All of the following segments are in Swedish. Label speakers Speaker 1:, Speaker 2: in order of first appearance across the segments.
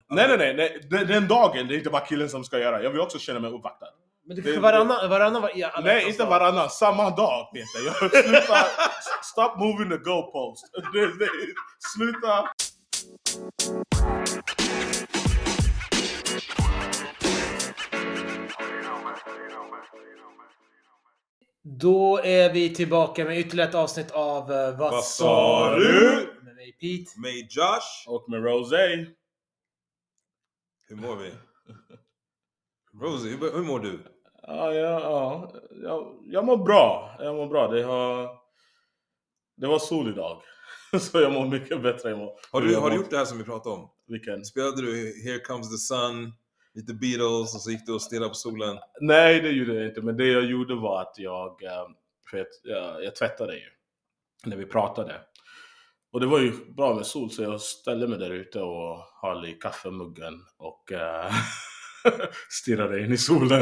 Speaker 1: Nej. Den dagen, det är inte bara killen som ska göra. Jag vill också känna mig uppvaktad.
Speaker 2: Men det kanske varannan
Speaker 1: nej, inte varannan. Samma dag, Peter. Jag slutar. Stop moving the goalpost. Sluta.
Speaker 2: Då är vi tillbaka med ytterligare ett avsnitt av Vad
Speaker 1: sa du?
Speaker 2: Med mig Pete.
Speaker 3: Med Josh.
Speaker 1: Och med Rosé.
Speaker 3: Hur mår vi? Rosie, hur mår du?
Speaker 1: Jag mår bra. Det var sol idag. Så jag mår mycket bättre än
Speaker 3: Har du gjort det här som vi pratade om?
Speaker 1: Vilken?
Speaker 3: Spelade du Here Comes the Sun, lite Beatles och så gick du och stirrade på solen?
Speaker 1: Nej, det gjorde jag inte. Men det jag gjorde var att jag tvättade ju när vi pratade. Och det var ju bra med sol, så jag ställde mig där ute och höll i kaffemuggen och stirrade in i solen.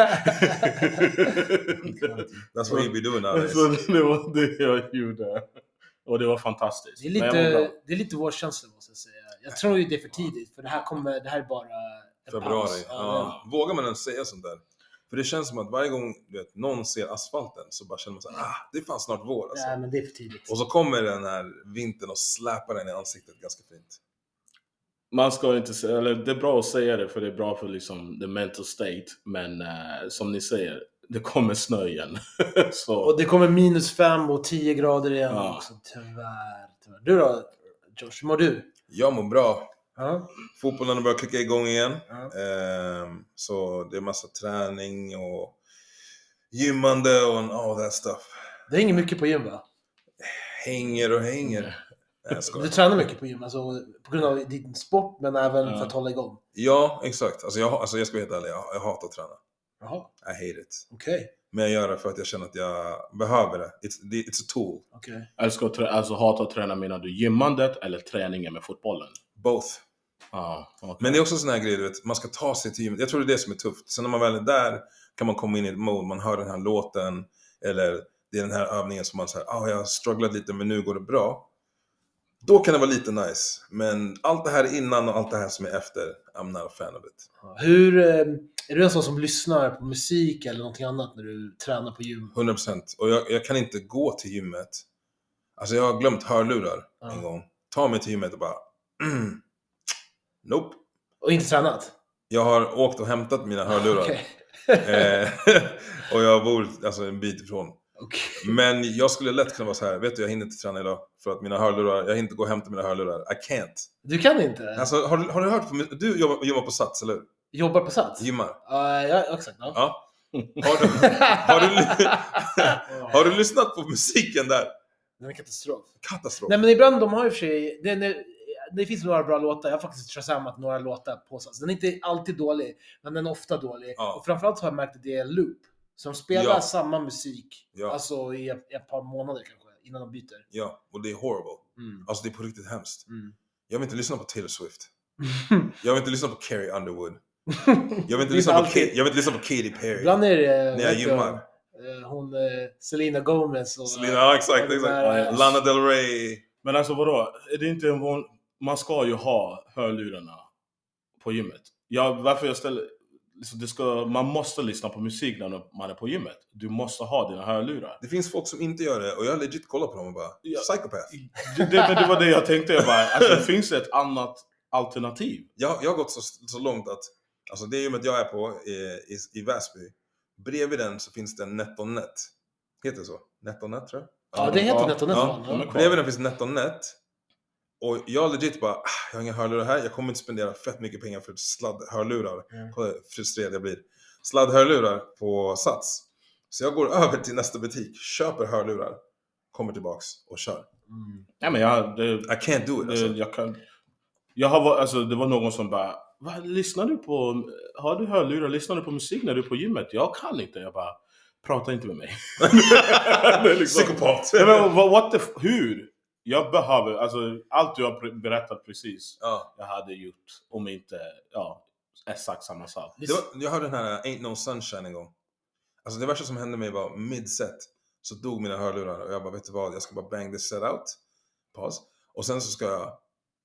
Speaker 3: That's what you be doing nowadays.
Speaker 1: Så det var det jag gjorde. Och det var fantastiskt.
Speaker 2: Det är lite vårkänsla, måste jag säga. Jag tror ju det är för tidigt, för det här är bara
Speaker 3: februari. Ja. Vågar man ens säga sånt där? För det känns som att varje gång någon ser asfalten så bara känner man så här, det är fan snart vår alltså.
Speaker 2: Nej, men det är för tidigt.
Speaker 3: Och så kommer den här vintern och släpar den i ansiktet ganska fint.
Speaker 1: Man ska inte säga, eller det är bra att säga det, för det är bra för liksom the mental state. Men som ni säger, det kommer snö igen. Så.
Speaker 2: Och det kommer -5 och 10 grader igen också, tyvärr. Du då, Josh, hur mår du?
Speaker 3: Jag mår bra.
Speaker 2: Ja.
Speaker 3: Fotbollen har börjat klicka igång igen. Så det är massa träning och gymmande och all that stuff.
Speaker 2: Det är inget mycket på gym, va?
Speaker 3: Hänger.
Speaker 2: Du tränar mycket på gym, alltså på grund av din sport, men även för att hålla igång.
Speaker 3: Ja, exakt. Alltså jag ska vara helt ärlig, jag hatar att träna.
Speaker 2: Jaha.
Speaker 3: I hate it.
Speaker 2: Okej.
Speaker 3: Men jag gör det för att jag känner att jag behöver det. It's a tool.
Speaker 2: Okej.
Speaker 1: Alltså hata att träna, menar du gymmandet eller träningen med fotbollen?
Speaker 3: Both.
Speaker 1: Okay.
Speaker 3: Men det är också sån här grej, du vet, man ska ta sig till gymmet. Jag tror det är det som är tufft. Sen när man väl är där kan man komma in i ett mode. Man hör den här låten, eller det är den här övningen som man säger, jag har strugglat lite men nu går det bra. Då kan det vara lite nice. Men allt det här innan och allt det här som är efter, I'm not a fan of it.
Speaker 2: Är du en sån som lyssnar på musik eller någonting annat när du tränar på gym?
Speaker 3: 100%. Och jag kan inte gå till gymmet. Alltså jag har glömt hörlurar en gång. Ta mig till gymmet och bara nope.
Speaker 2: Och inte tränat?
Speaker 3: Jag har åkt och hämtat mina hörlurar.
Speaker 2: Okay.
Speaker 3: Och jag bor alltså en bit ifrån.
Speaker 2: Okay.
Speaker 3: Men jag skulle lätt kunna vara så här, vet du, jag hinner inte träna idag för att mina hörlurar, jag hinner inte gå och hämta mina hörlurar. I can't.
Speaker 2: Du kan inte?
Speaker 3: Alltså, har du hört du jobbar på Sats, eller hur?
Speaker 2: Jobbar på Sats?
Speaker 3: Gymmar?
Speaker 2: Ja, exakt. Ja.
Speaker 3: Har du lyssnat på musiken där?
Speaker 2: Den är katastrof.
Speaker 3: Katastrof.
Speaker 2: Nej, men ibland de har ju för sig, det finns några bra låtar. Jag har faktiskt shazamat några låtar på Sats. Den är inte alltid dålig, men den är ofta dålig. Ja. Och framförallt har jag märkt att det är en loop som spelar samma musik, alltså i ett par månader kanske, innan de byter.
Speaker 3: Ja, och det är horrible. Alltså det är på riktigt hemskt. Jag vill inte lyssna på Taylor Swift. Jag vill inte lyssna på Carrie Underwood. Jag vill inte lyssna på Katy Perry.
Speaker 2: Ibland är det
Speaker 3: när jag gymmar.
Speaker 2: Hon Selena Gomez och
Speaker 3: exakt. Lana Del Rey.
Speaker 1: Men alltså vadå? Är det inte man ska ju ha hörlurarna på gymmet. Varför jag ställer man måste lyssna på musik när man är på gymmet. Du måste ha dina hörlurar.
Speaker 3: Det finns folk som inte gör det, och jag legit kollar på dem och bara psychopath.
Speaker 1: Men det var det jag tänkte. Alltså, det finns ett annat alternativ.
Speaker 3: Jag har gått så långt att alltså det gymmet jag är på i Väsby, bredvid den så finns det en NetOnNet. Heter det så? NetOnNet, tror jag.
Speaker 2: Ja, det heter NetOnNet.
Speaker 3: Bredvid den finns NetOnNet. Och jag legit bara, jag har inga hörlurar här. Jag kommer inte spendera fett mycket pengar för sladdhörlurar. Kolla frustrerad jag blir. Sladdhörlurar på Sats. Så jag går över till nästa butik, köper hörlurar, kommer tillbaks och kör.
Speaker 1: Ja, men
Speaker 3: I can't do it.
Speaker 1: Alltså. Det var någon som bara, lyssnar du på, har du hörlurar, lyssnar du på musik när du är på gymmet? Jag kan inte, jag bara, prata inte med mig.
Speaker 3: Psykopat.
Speaker 1: Hur? Jag behöver, alltså allt du har berättat precis, jag hade gjort om inte, exakt samma sak.
Speaker 3: Jag hörde den här Ain't No Sunshine en gång. Alltså det värsta som hände mig var mid-set så dog mina hörlurar och jag bara, vet du vad, jag ska bara bang this set out. Paus. Och sen så ska jag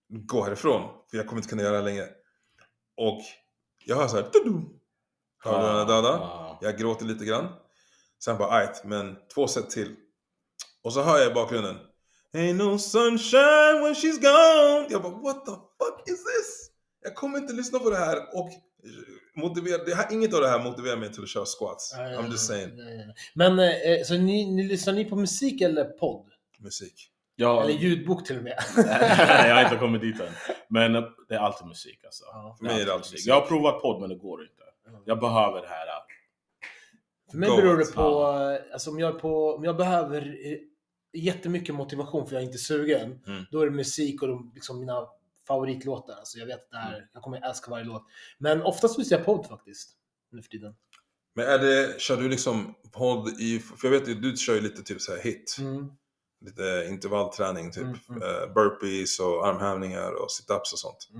Speaker 3: gå härifrån. För jag kommer inte kunna göra det länge. Och jag hör så här. Hör du döda? Jag gråter lite grann. Sen bara, men 2 set till. Och så hör jag i bakgrunden. Ain't no sunshine when she's gone. Jag bara, what the fuck is this? Jag kommer inte lyssna på det här. Och inget av det här motiverar mig till att köra squats. I'm just saying.
Speaker 2: Men så lyssnar ni på musik eller podd?
Speaker 3: Musik.
Speaker 1: Ja.
Speaker 2: Eller ljudbok till och med.
Speaker 1: Jag har inte kommit dit än. Men det är alltid musik alltså.
Speaker 3: För mig är det alltid musik.
Speaker 1: Jag har provat podd men det går inte. Jag behöver det här.
Speaker 2: För mig beror det på, alltså om jag behöver jättemycket motivation för jag är inte sugen, då är det musik och liksom mina favoritlåtar. Alltså jag vet att det här, jag kommer älska varje låt. Men oftast lyssnar jag podd faktiskt, nu för tiden.
Speaker 3: Men kör du liksom podd i, för jag vet att du kör ju lite typ så här hit. Lite intervallträning, typ burpees och armhävningar och sit-ups och sånt.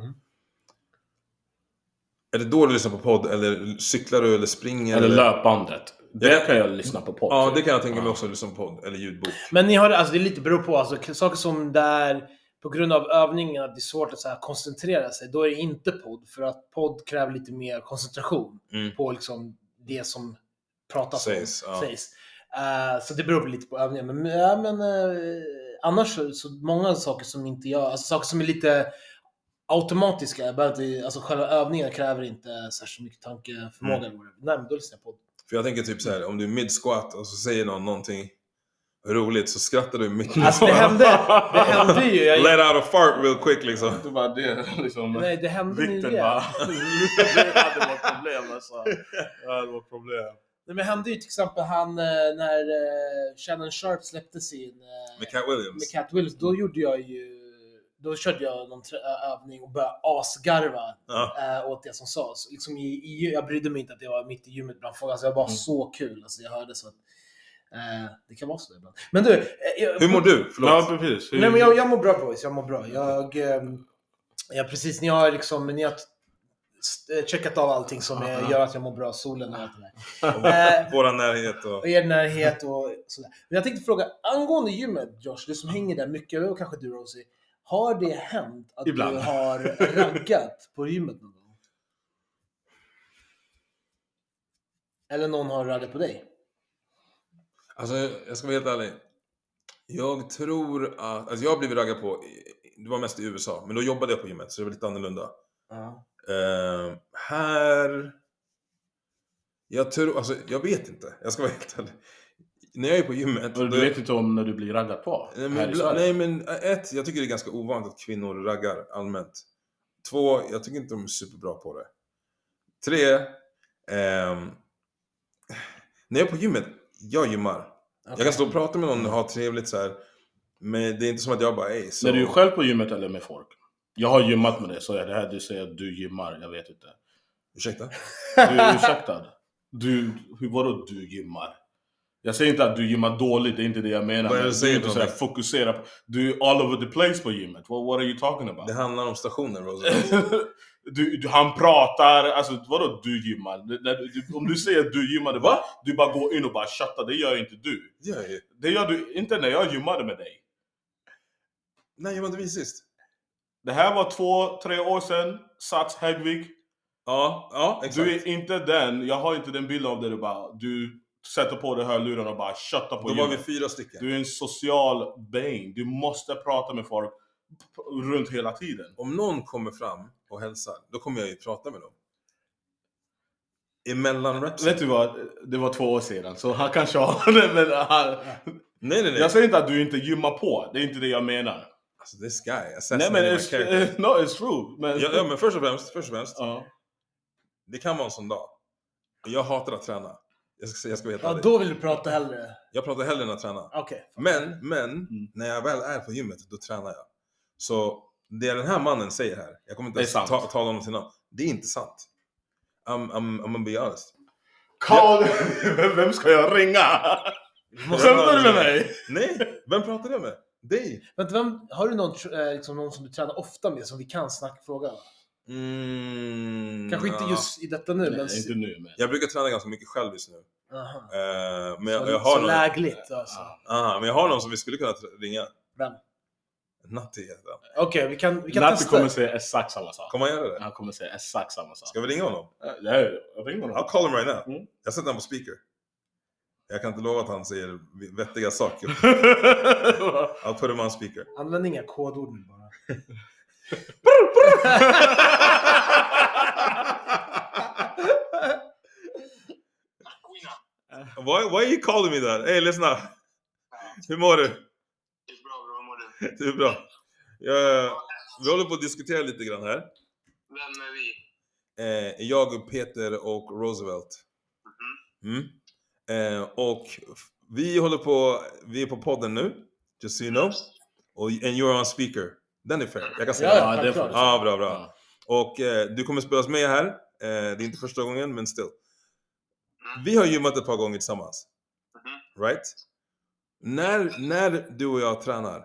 Speaker 3: Är det då du lyssnar på podd, eller cyklar du eller springer?
Speaker 1: Eller löpbandet. Det kan jag lyssna på podd.
Speaker 3: Ja, det kan jag tänka mig också, lyssna på podd eller ljudbok.
Speaker 2: Men ni har, alltså det är lite beror på, alltså saker som där på grund av övningen att det är svårt att så här koncentrera sig, då är det inte podd, för att podd kräver lite mer koncentration på liksom det som pratas
Speaker 3: sägs.
Speaker 2: Så det beror lite på övningen. Men annars så många saker som inte jag, alltså saker som är lite automatiska, alltså själva övningen kräver inte särskilt mycket tankeförmåga. Nej, men då lyssnar jag på.
Speaker 3: För jag tänker typ så här, om du är mid-squat och så säger någonting roligt så skrattar du mycket.
Speaker 2: Alltså det hände ju.
Speaker 3: Let out a fart real quick liksom.
Speaker 1: Det var det liksom.
Speaker 2: Nej, det hände nyligen.
Speaker 1: Det hade varit problem alltså. Det hade varit problem.
Speaker 2: Nej, men hände ju till exempel när Shannon Sharp släppte sin
Speaker 3: med Cat Williams.
Speaker 2: Då körde jag någon övning och började asgarva åt det som sades. Liksom jag brydde mig inte att jag var mitt i gymmet bland folk. Alltså jag var så kul. Alltså jag hörde så att det kan vara så ibland. Men du,
Speaker 3: hur mår du? Förlåt.
Speaker 1: Ja, precis.
Speaker 2: Nej, men jag mår bra, boys. Jag mår bra. Jag precis, ni har checkat av allting som gör att jag mår bra. Solen och allt det där.
Speaker 3: Våra närhet och
Speaker 2: er närhet och sådär. Men jag tänkte fråga, angående gymmet, Josh, du som hänger där mycket, och kanske du, Rosie, har det hänt att
Speaker 1: ibland
Speaker 2: du har raggat på gymmet någon gång? Eller någon har raggat på dig?
Speaker 3: Alltså, jag ska vara helt ärlig. Jag tror att, alltså jag har blivit raggad på, det var mest i USA, men då jobbade jag på gymmet, så det var lite annorlunda. Här, jag tror, alltså jag vet inte, jag ska vara helt ärlig. När jag är på gymmet...
Speaker 1: Du vet inte om när du blir raggad på?
Speaker 3: Nej, men jag tycker det är ganska ovanligt att kvinnor raggar allmänt. 2, jag tycker inte de är superbra på det. 3, när jag är på gymmet, jag gymmar. Okay. Jag kan stå och prata med någon och ha trevligt så här. Men det är inte som att jag bara, så...
Speaker 1: När du är själv på gymmet eller med folk? Jag har gymmat med det, så är det här du säger att du gymmar, jag vet inte.
Speaker 3: Ursäkta?
Speaker 1: Du är ursäktad. Vadå du gymmar? Jag säger inte att du gymmar dåligt, det är inte det jag menar.
Speaker 3: Men
Speaker 1: du är inte sådär fokusera på... Du är all over the place på gymmet. What are you talking about?
Speaker 3: Det handlar om stationen,
Speaker 1: han pratar, alltså vadå du gymmar? Om du säger att du gymmar, du bara går in och bara chattar, det gör inte du. Det gör du inte när jag gymmade med dig.
Speaker 3: Nej, jag var inte sist.
Speaker 1: Det här var 2-3 år sedan, Sats Häggvik.
Speaker 3: Ja, exakt.
Speaker 1: Du är inte den, jag har inte den bilden av det, du sätter på dig hörluren och bara chattar på
Speaker 3: gymmet. Då var vi 4 stycken.
Speaker 1: Du är en social being, du måste prata med folk runt hela tiden.
Speaker 3: Om någon kommer fram och hälsar, då kommer jag ju prata med dem. Emellan reps.
Speaker 1: Vet du vad, det var 2 år sedan, så han kanske har det, men
Speaker 3: Nej.
Speaker 1: Jag säger inte att du inte gymmar på, det är inte det jag menar.
Speaker 3: Alltså this guy,
Speaker 1: nej men it's true. Men...
Speaker 3: Ja, men först och främst. Det kan vara en sån dag. Jag hatar att träna. Jag ska veta det.
Speaker 2: Då vill du prata hellre.
Speaker 3: Jag pratar hellre än att träna.
Speaker 2: Okay.
Speaker 3: Men när jag väl är på gymmet, då tränar jag. Så det den här mannen säger här, jag kommer inte tala om till namn. Det är inte sant. I'm gonna be honest.
Speaker 1: Carl, vem ska jag ringa? Skämtar du med mig?
Speaker 3: Nej, vem pratar jag med? Dig.
Speaker 2: Vänta, har du någon som du tränar ofta med som vi kan fråga? Kanske inte just i detta nu.
Speaker 1: Nej, inte nu men...
Speaker 3: Jag brukar träna ganska mycket själv just nu.
Speaker 2: Men jag har så lägligt alltså.
Speaker 3: Men jag har någon som vi skulle kunna ringa.
Speaker 2: Vem?
Speaker 3: Natti heter han.
Speaker 2: Okej, vi kan
Speaker 1: Natti
Speaker 2: testa.
Speaker 1: kommer säga exakt samma sak.
Speaker 3: Kommer han göra det?
Speaker 1: Han kommer säga exakt samma sak.
Speaker 3: Ska vi ringa honom?
Speaker 1: Nej, jag ringer honom.
Speaker 3: I'll call him right now.
Speaker 1: Mm.
Speaker 3: Jag sätter honom på speaker. Jag kan inte lova att han säger vettiga saker. I'll put him on speaker.
Speaker 2: Använd inga kodord nu bara.
Speaker 3: Why are you calling me that? Hey, lyssna. Hur mår du?
Speaker 4: Det är bra, hur mår du?
Speaker 3: Det är bra. Vi håller på att diskutera lite grann här.
Speaker 4: Vem är vi?
Speaker 3: Jag, Peter och Roosevelt. Och vi är på podden nu. Just so you know. And you're on speaker. Den är fair. Jag kan säga
Speaker 2: Ja,
Speaker 1: Ja, det får
Speaker 2: självklart.
Speaker 1: du
Speaker 3: Ja,
Speaker 1: säga.
Speaker 3: bra.
Speaker 1: Ja.
Speaker 3: Och du kommer spelas med här. Det är inte första gången, men still. Vi har gymmat ett par gånger tillsammans. Right? När du och jag tränar,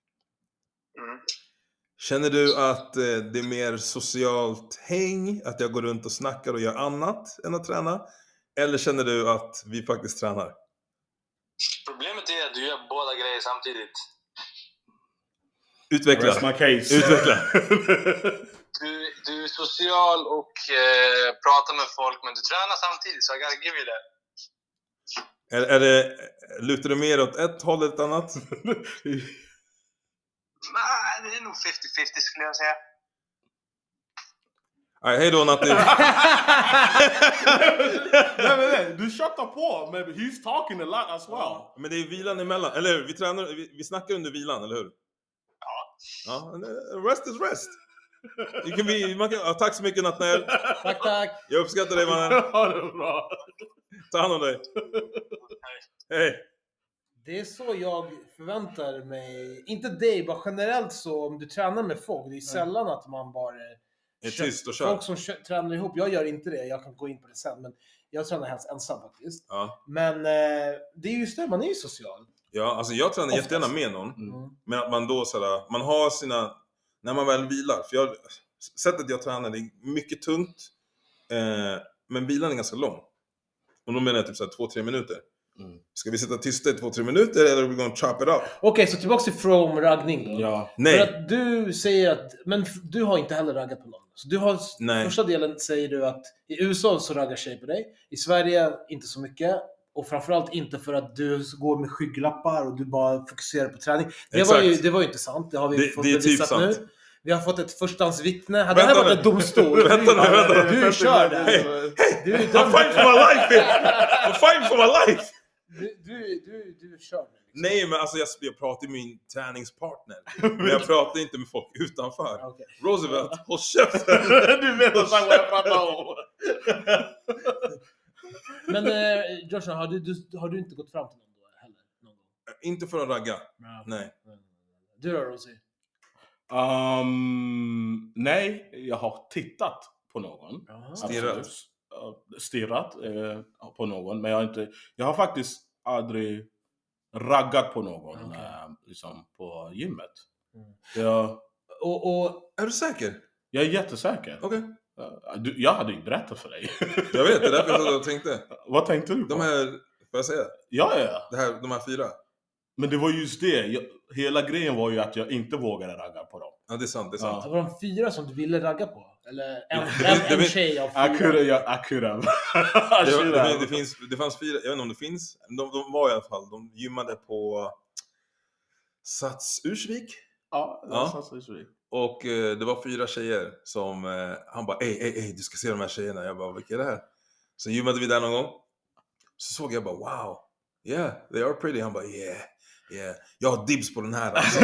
Speaker 3: känner du att det är mer socialt häng? Att jag går runt och snackar och gör annat än att träna? Eller känner du att vi faktiskt tränar?
Speaker 4: Problemet är att du gör båda grejer samtidigt.
Speaker 3: Utveckla.
Speaker 1: Rest my case.
Speaker 3: Utveckla.
Speaker 4: Du är social och pratar med folk, men du tränar samtidigt, så I gotta give you that.
Speaker 3: Lutar du mer åt ett håll eller ett annat?
Speaker 4: Nej, det är nog 50-50 skulle jag säga.
Speaker 3: Nej, hej då Natti.
Speaker 1: Nej, du tjötar på, men he's talking a lot as well.
Speaker 3: Men det är vilan emellan, eller hur? Vi snackar under vilan, eller hur? Ja, rest is rest. Tack så mycket Nattnäll.
Speaker 2: Tack.
Speaker 3: Jag uppskattar dig mannen.
Speaker 1: Ja, det är bra.
Speaker 3: Ta hand om dig. Hej.
Speaker 2: Det är så jag förväntar mig. Inte dig, bara generellt så om du tränar med folk. Det är sällan att man bara
Speaker 3: Är tyst och kör.
Speaker 2: Folk som tränar ihop, jag gör inte det. Jag kan gå in på det sen. Men jag tränar helst ensam faktiskt.
Speaker 3: Ja.
Speaker 2: Men det är just det, man är ju social.
Speaker 3: Ja, alltså jag tränar
Speaker 2: Oftast.
Speaker 3: jättegärna med någon. Men att man då sådär, man har sina, när man väl vilar. För sättet jag tränar, det är mycket tungt. Men vilan är ganska lång. Och då menar jag typ såhär 2-3 minuter. Ska vi sitta tysta i 2-3 minuter eller är vi gonna chop it up?
Speaker 2: Okej, så tillbaka till from raggning då.
Speaker 1: Ja.
Speaker 3: Nej.
Speaker 2: För att du säger att, men du har inte heller raggat på någon. Så du har,
Speaker 3: Nej.
Speaker 2: första delen säger du att i USA så raggar tjej på dig. I Sverige inte så mycket. Och framförallt inte för att du går med skygglappar och du bara fokuserar på träning. Det var ju inte sant. Det har vi fått
Speaker 3: det är
Speaker 2: bevisat
Speaker 3: typ
Speaker 2: nu.
Speaker 3: sant.
Speaker 2: Vi har fått ett förstahandsvittne. Hade det här varit en domstol.
Speaker 3: Vänta nu.
Speaker 2: Du kör det.
Speaker 3: Hey,
Speaker 2: Du är
Speaker 3: I'm fighting for my life here. I'm fighting for my life.
Speaker 2: Du kör det. Liksom.
Speaker 3: Nej, men alltså jag pratar med min träningspartner. Men jag pratar inte med folk utanför.
Speaker 2: Okay.
Speaker 3: Roosevelt, håll käften.
Speaker 1: Du vet exakt vad jag pratar om.
Speaker 2: Men Joshua, har du inte gått fram till någon då heller? Någon gång?
Speaker 3: Inte för att ragga. Nej.
Speaker 2: Du då, Rosie?
Speaker 1: Nej, jag har tittat på någon.
Speaker 3: Stirrat.
Speaker 1: Absolut. Stirrat på någon. Men jag har faktiskt aldrig raggat på någon liksom på gymmet.
Speaker 2: Och
Speaker 3: Är du säker?
Speaker 1: Jag är jättesäker.
Speaker 3: Okej.
Speaker 1: Jag hade ju berättat för dig.
Speaker 3: Jag vet, det är därför jag tänkte.
Speaker 1: Vad tänkte du på?
Speaker 3: De här, får jag säga?
Speaker 1: Ja.
Speaker 3: De här 4.
Speaker 1: Men det var just det. Hela grejen var ju att jag inte vågade ragga på dem.
Speaker 3: Ja, det är sant.
Speaker 2: det var de 4 som du ville ragga på? Eller en tjej av 4?
Speaker 3: Det fanns 4, jag vet inte om det finns. De var i alla fall, de gymmade på Sats Ursvik.
Speaker 1: Ja.
Speaker 3: Och det var 4 tjejer som han bara, ey, du ska se de här tjejerna. Jag bara, vilka är det här? Så gymmade vi där någon gång. Så såg jag bara, wow. Yeah, they are pretty. Han bara, yeah. Jag har dibs på den här. Alltså.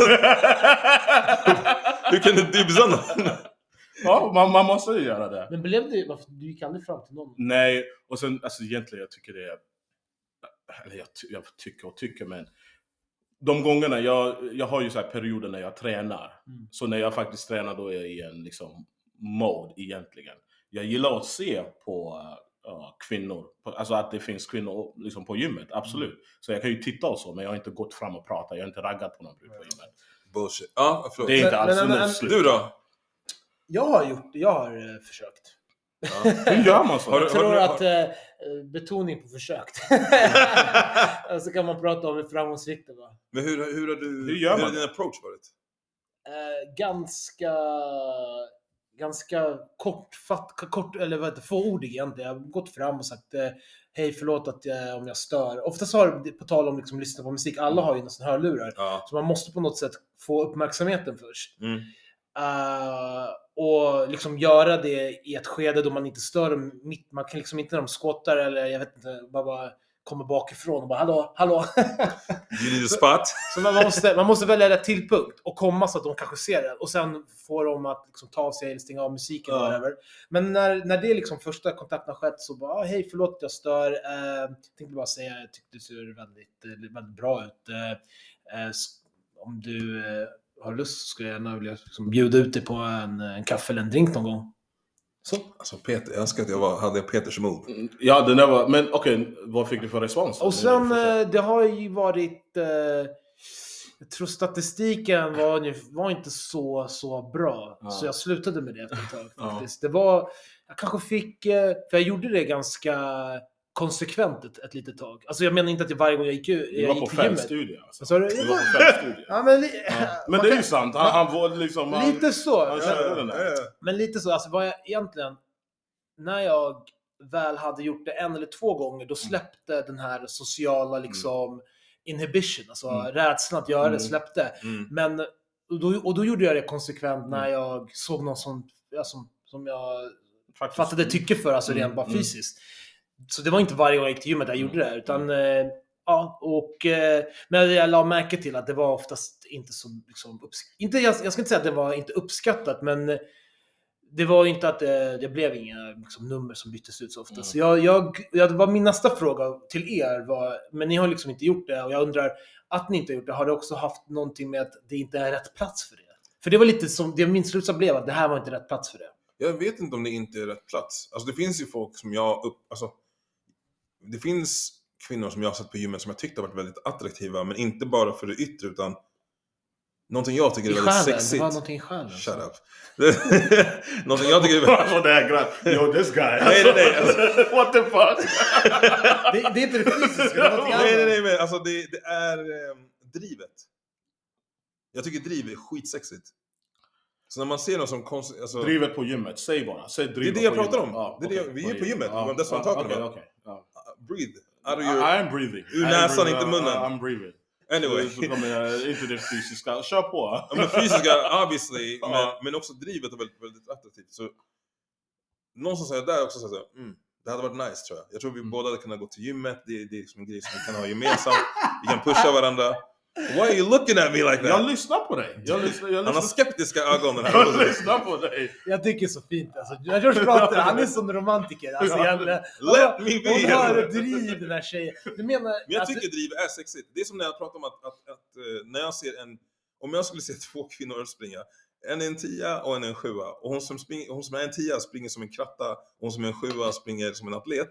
Speaker 3: Hur kan du dibsa någon?
Speaker 1: Ja, man måste ju göra det.
Speaker 2: Men blev det, varför du gick aldrig fram till någon?
Speaker 1: Nej, och sen alltså egentligen jag tycker det är, eller jag tycker men de gångerna jag har ju så här perioder när jag tränar. Så när jag faktiskt tränar då är jag i en liksom mode egentligen. Jag gillar att se på kvinnor, alltså att det finns kvinnor liksom på gymmet, absolut. Så jag kan ju titta och så, men jag har inte gått fram och pratat, jag har inte raggat på någon brud på gymmet.
Speaker 3: Bullshit. Ja, förlåt.
Speaker 1: Det är inte alls något slut.
Speaker 3: Du då?
Speaker 2: Jag har försökt.
Speaker 3: Ja.
Speaker 1: Hur gör man så?
Speaker 2: Jag tror att betoning på försökt. Så alltså kan man prata om hur framgångsrikt det var.
Speaker 3: Men hur
Speaker 1: gör man
Speaker 3: din approach varit?
Speaker 2: ganska kort eller vad heter fåordig egentligen. Jag har gått fram och sagt hej, förlåt om jag stör. Oftast har det på tal om liksom lyssna på musik, alla har ju nästan hörlurar. Så man måste på något sätt få uppmärksamheten först. Och liksom göra det i ett skede då man inte stör man kan liksom inte när de skottar eller jag vet inte, bara kommer bakifrån och bara hallå.
Speaker 3: You need a spot.
Speaker 2: Så man måste välja rätt tillpunkt och komma så att de kanske ser det. Och sen får de att liksom ta av sig eller stänga av musiken eller whatever. Men när det liksom första kontakten har skett så bara hej, förlåt jag stör. Tänkte bara säga, jag tyckte det ser väldigt bra ut. Om du har lust så skulle jag gärna vilja liksom bjuda ut dig på en kaffe eller en drink någon gång. Så.
Speaker 3: Alltså Peter, jag önskar att jag hade Peters mod.
Speaker 1: Ja, den där var... Men okej, vad fick du för respons?
Speaker 2: Och sen, det har ju varit... jag tror statistiken var inte så bra. Så jag slutade med det efter ett tag faktiskt. Det var... Jag kanske fick... För jag gjorde det ganska konsekvent ett litet tag. Alltså jag menar inte att varje gång jag gick ut...
Speaker 1: Du var på 5 studier alltså.
Speaker 2: Du var
Speaker 1: på 5 studier.
Speaker 2: Ja,
Speaker 1: men det är ju sant. Han var liksom...
Speaker 2: Lite så.
Speaker 1: Han körde den där.
Speaker 2: Men lite så. Alltså vad jag egentligen... När jag väl hade gjort det 1 eller 2 gånger, då släppte den här sociala liksom inhibition, alltså rädslan att göra det släppte. Men då gjorde jag det konsekvent när jag såg någon som jag faktiskt fattade tycke för, alltså rent bara fysiskt. Så det var inte varje gång jag gick till gymmet jag gjorde det, utan men jag la märke till att det var oftast inte så liksom jag ska inte säga att det var inte uppskattat, men det var inte att det blev inga liksom, nummer som byttes ut så ofta. Så det var min nästa fråga till er men ni har liksom inte gjort det, och jag undrar att ni inte har gjort det, har det också haft någonting med att det inte är rätt plats för det? För det var lite som det min slutsats blev, att det här var inte rätt plats för det.
Speaker 3: Jag vet inte om det inte är rätt plats. Alltså det finns ju folk som det finns kvinnor som jag har sett på gymmet som jag tyckte har varit väldigt attraktiva, men inte bara för det yttre utan någonting jag tycker är väldigt sexigt.
Speaker 2: Det var någonting i själen.
Speaker 3: Shut up. Någonting jag tycker är väldigt...
Speaker 1: Yo, this guy.
Speaker 3: Nej.
Speaker 1: What the fuck?
Speaker 2: det är inte det fysiska.
Speaker 3: Nej, men alltså det är drivet. Jag tycker driv är skitsexigt. Så när man ser någon som alltså...
Speaker 1: Drivet på gymmet, säg bara. Säg
Speaker 3: det är det jag pratar om. Vi är på gymmet. Det är så jag pratar om. Breathe.
Speaker 1: I'm breathing.
Speaker 3: Ur näsan, inte munnen.
Speaker 1: I'm breathing.
Speaker 3: Anyway.
Speaker 1: Så kommer inte det fysiska. Kör på.
Speaker 3: Men fysiska, obviously. Men också drivet är väldigt, väldigt attraktivt. Så någon som säger där också säger det hade varit nice, tror jag. Jag tror vi båda hade kunnat gå till gymmet. Det är liksom en grej som vi kan ha gemensamt. Vi kan pusha varandra. Why are you looking at me like that?
Speaker 1: Jag lyssnar på dig.
Speaker 3: Han har skeptiska ögon här.
Speaker 1: Jag lyssnar på dig.
Speaker 2: Jag tycker så fint. Alltså, George pratar, han är som romantiker. Alltså,
Speaker 3: Let me be.
Speaker 2: Hon har driv, den här tjejen. Men
Speaker 3: jag tycker driv är sexigt. Det är som när jag pratar om att när jag ser om jag skulle se 2 kvinnor springa. En är en 10 och en är en 7. Och hon som är en 10 springer som en kratta. Och hon som är en 7 springer som en atlet.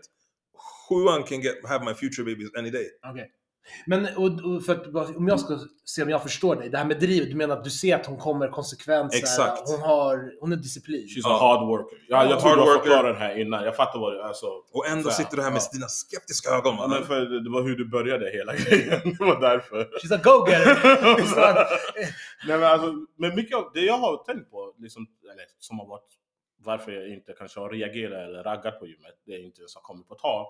Speaker 3: 7 can have my future babies any day.
Speaker 2: Okay. Men för att, om jag ska se om jag förstår dig, det här med drivet, du menar att du ser att hon kommer konsekvent.
Speaker 3: Exakt.
Speaker 2: Hon är disciplin.
Speaker 1: She's a hard worker. Jag tror du förklarade den här innan. Jag fattar vad det är. Alltså,
Speaker 3: och ändå sitter du här med dina skeptiska ögon.
Speaker 1: Men för det var hur du började hela grejen. Det var därför.
Speaker 2: She's a go-getter.
Speaker 1: Nej, men alltså, men mycket av det jag har tänkt på liksom, eller som har varit varför jag inte kanske har reagerat eller raggat på gymmet, det är inte det som kommer på tal.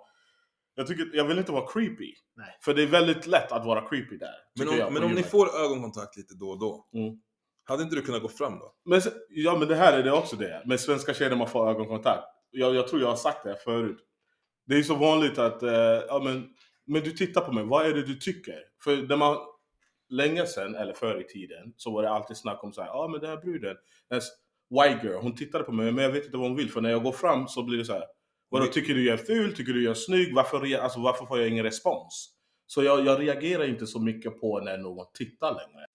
Speaker 1: Jag vill inte vara creepy.
Speaker 2: Nej.
Speaker 1: För det är väldigt lätt att vara creepy där.
Speaker 3: Men om ni får ögonkontakt lite då och då. Hade inte du kunnat gå fram då?
Speaker 1: Men det här är det också det. Med svenska tjejer man får ögonkontakt. Jag tror jag har sagt det förut. Det är så vanligt att men du tittar på mig. Vad är det du tycker? För när man länge sedan eller förr i tiden så var det alltid snack om så här, men den här bruden, white girl, hon tittade på mig men jag vet inte vad hon vill, för när jag går fram så blir det så här. Vadå, tycker du jag är ful? Tycker du jag är snygg? Varför får jag ingen respons? Så jag reagerar inte så mycket på när någon tittar längre.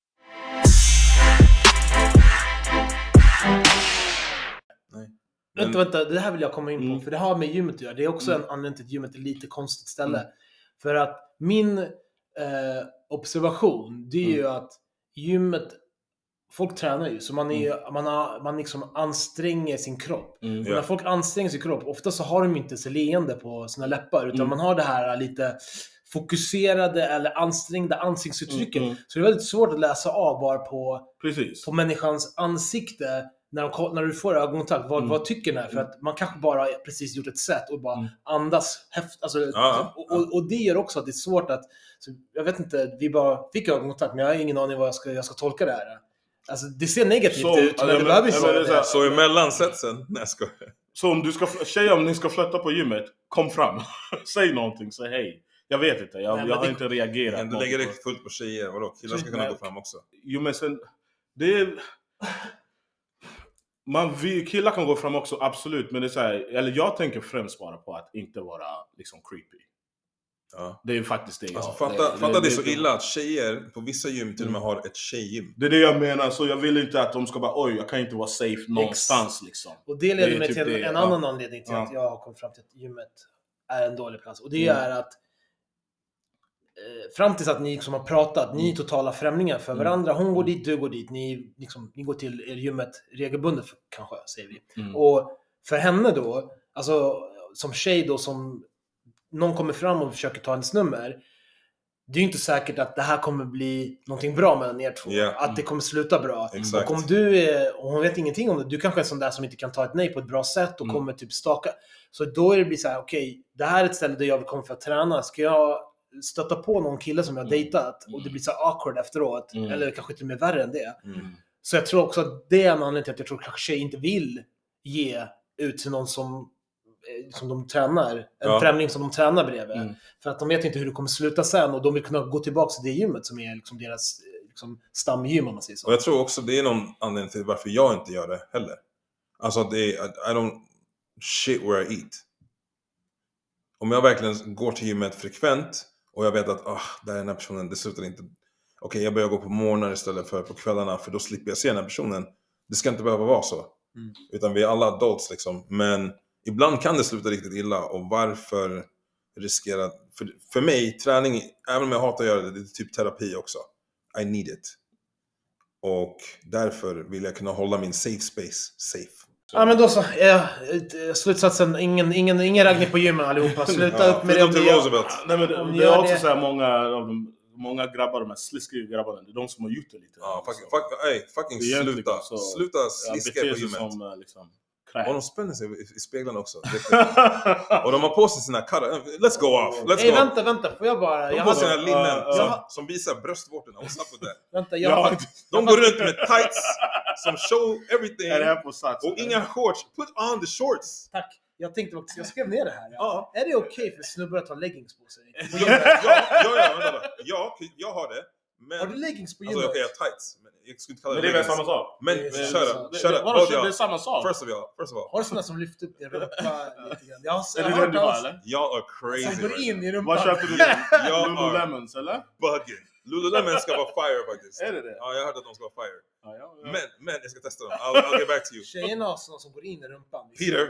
Speaker 2: Nej. Vänta, det här vill jag komma in på. För det har med gymmet att göra. Det är också en anledning till att gymmet är lite konstigt ställe. För att min observation, det är ju att gymmet, folk tränar ju, så man liksom anstränger sin kropp. Och när folk anstränger sin kropp, ofta så har de inte så leende på sina läppar, utan man har det här lite fokuserade eller ansträngda ansiktsuttrycken. Så det är väldigt svårt att läsa av bara på människans ansikte när du får ögonkontakt. Vad tycker den här? För att man kanske bara precis gjort ett sätt och bara andas häftigt. Alltså, och det gör också att det är svårt att... Så jag vet inte, vi bara fick ögonkontakt, men jag har ingen aning vad jag ska tolka det här. Alltså, det ser negativt ut, men det behöver ju vara det.
Speaker 3: Så i mellansätsen, nej jag skojar.
Speaker 1: Så om ni ska flytta på gymmet, kom fram. Säg någonting, säg hej. Jag vet inte, jag har inte reagerat.
Speaker 3: Du lägger det fullt på tjejer, vadå? Killar ska kunna gå fram också.
Speaker 1: Jo men sen, det är... killar kan gå fram också, absolut. Men det är så här, eller jag tänker främst bara på att inte vara liksom creepy. Ja. Det är ju faktiskt det.
Speaker 3: Alltså, fatta det är så illa att tjejer på vissa gym till och med har ett tjejgym.
Speaker 1: Det är det jag menar, så jag vill inte att de ska bara jag kan inte vara safe någonstans liksom.
Speaker 2: Och det leder mig till en annan anledning till att jag har kommit fram till att gymmet är en dålig plats. Och det är att fram tills att ni liksom har pratat, ni är totala främlingar för varandra. Hon går dit, du går dit. Ni går till er gymmet regelbundet kanske, säger vi. Och för henne då, alltså som tjej då, som någon kommer fram och försöker ta hennes nummer, det är ju inte säkert att det här kommer bli någonting bra mellan er två. Att det kommer sluta bra.
Speaker 3: Exakt.
Speaker 2: Och om och hon vet ingenting om det, du kanske är en sån där som inte kan ta ett nej på ett bra sätt och kommer typ staka. Så då är det blir så här, okej, det här är ett ställe där jag vill komma för att träna. Ska jag stöta på någon kille som jag har dejtat och det blir så awkward efteråt, eller kanske till och med värre än det. Så jag tror också att det är en anledning till att jag tror kanske tjejer inte vill ge ut till någon som de tränar, en främling som de tränar bredvid. För att de vet inte hur det kommer sluta sen, och de vill kunna gå tillbaka till det gymmet som är liksom deras liksom stamgym, om man säger så.
Speaker 3: Och jag tror också det är någon anledning till varför jag inte gör det heller. Alltså det är, I don't shit where I eat. Om jag verkligen går till gymmet frekvent och jag vet att där är den här personen, det slutar inte. Okej, jag börjar gå på morgnar istället för på kvällarna, för då slipper jag se den här personen. Det ska inte behöva vara så. Utan vi är alla adults liksom. Men ibland kan det sluta riktigt illa, och varför riskera... För mig, träning, även om jag hatar att göra det, det är typ terapi också. I need it. Och därför vill jag kunna hålla min safe space safe.
Speaker 2: Ja, men då så. Slutsatsen, ingen raggning på gymmen allihopa. Sluta upp med det.
Speaker 1: Nej, men det är också så här många grabbar, de här sliskiga grabbarna, det är de som har gjort det lite.
Speaker 3: Ja, fucking sluta. Sluta sliska på gymmet. Som, liksom, och de spänner sig i speglarna också. Och de har på sig sina karrar. Let's go off.
Speaker 2: Vänta, får jag bara...
Speaker 3: De har på sina linnen som visar bröstvårtorna. Och
Speaker 2: vänta,
Speaker 3: de går runt med tights som show everything. Och inga shorts. Put on the shorts.
Speaker 2: Tack. Jag tänkte också, jag skrev ner det här. Ja. Är det okej för snubbar att ha leggings på sig?
Speaker 3: Ja, jag har det. Men,
Speaker 2: har du leggings på gymmet?
Speaker 3: Alltså jag har tights. Jag skulle inte kalla
Speaker 1: det men det är väl samma sak?
Speaker 3: Men
Speaker 1: det är samma sak.
Speaker 3: First of all.
Speaker 2: Har du sådana som lyfter upp din rumpa lite grann?
Speaker 1: Är det du bara, eller?
Speaker 3: Jag är crazy.
Speaker 2: Som går in i rumpan.
Speaker 1: Vad köpte du den? Lululemons, eller?
Speaker 3: Bugging. Lululemons ska vara fire faktiskt.
Speaker 1: Är det?
Speaker 3: Ja, jag hörde att de ska vara fire.
Speaker 1: Ja.
Speaker 3: Men jag ska testa dem. I'll get back to you.
Speaker 2: Tjejerna har sådana som går in i rumpan.
Speaker 3: Peter.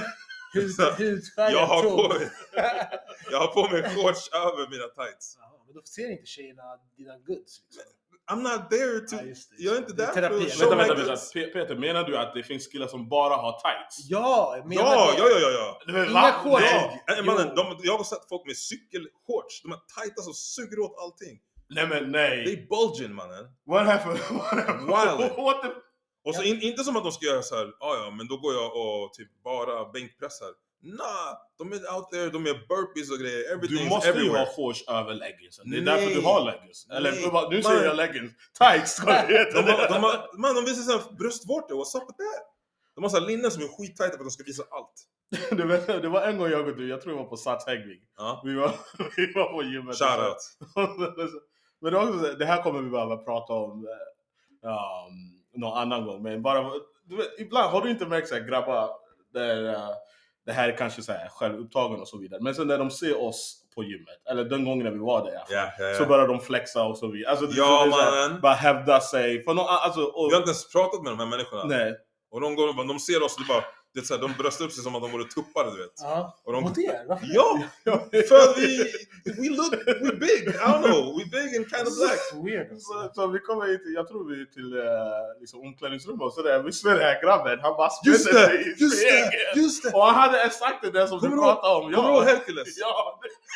Speaker 3: Jag har på mig shorts över mina tights.
Speaker 2: Men då ser inte tjejerna dina goods liksom.
Speaker 3: I'm not there to... Jag är inte där för
Speaker 1: att show my goods. Peter, menar du att det finns killar som bara har tights?
Speaker 2: Ja!
Speaker 3: Ja.
Speaker 2: Inga shorts.
Speaker 3: Jag har sett folk med cykelshorts. De är tighta så suger åt allting.
Speaker 1: Nej.
Speaker 3: Det är bulging, mannen.
Speaker 1: What happened?
Speaker 3: Wild.
Speaker 1: What the...
Speaker 3: Och så inte som att de ska göra så här, men då går jag och typ bara bänkpressar. De är out there, de är burpees och grejer.
Speaker 1: Du måste ju ha shorts över leggings. Det är därför du har leggings. Eller nu säger jag leggings. Tights ska det heta.
Speaker 3: De visar såhär bröstvårtor, what's up with that? De har såhär linnen som är skittajta för att de ska visa allt.
Speaker 1: Det var en gång jag och du, jag tror det var på Sats Häggvig. Vi var på gymmet.
Speaker 3: Shoutout.
Speaker 1: Men också, det här kommer vi behöva prata om någon annan gång. Men bara, du vet, ibland har du inte märkt så här, grabbar där det här är kanske så här självupptagen och så vidare. Men sen när de ser oss på gymmet, eller den gången när vi var där, så börjar de flexa och så vidare. Alltså, bara hävda sig. För vi har inte
Speaker 3: ens pratat med de här människorna.
Speaker 1: Nej.
Speaker 3: Och de ser oss och bara, det är så här, de bröstar upp sig som att de vore tuppare, du vet.
Speaker 2: Ja,
Speaker 3: Och de...
Speaker 2: mot er? Varför?
Speaker 3: Ja! För we're big, I don't know, we're big and kind of black.
Speaker 2: Så weird.
Speaker 1: Så vi kommer hit, jag tror vi till liksom omklädningsrummet och sådär. Vi ser den här grabben, han bara
Speaker 3: Just det!
Speaker 1: Och han hade exakt det där som du pratade om.
Speaker 3: Kommer du ihåg Hercules?
Speaker 1: Ja.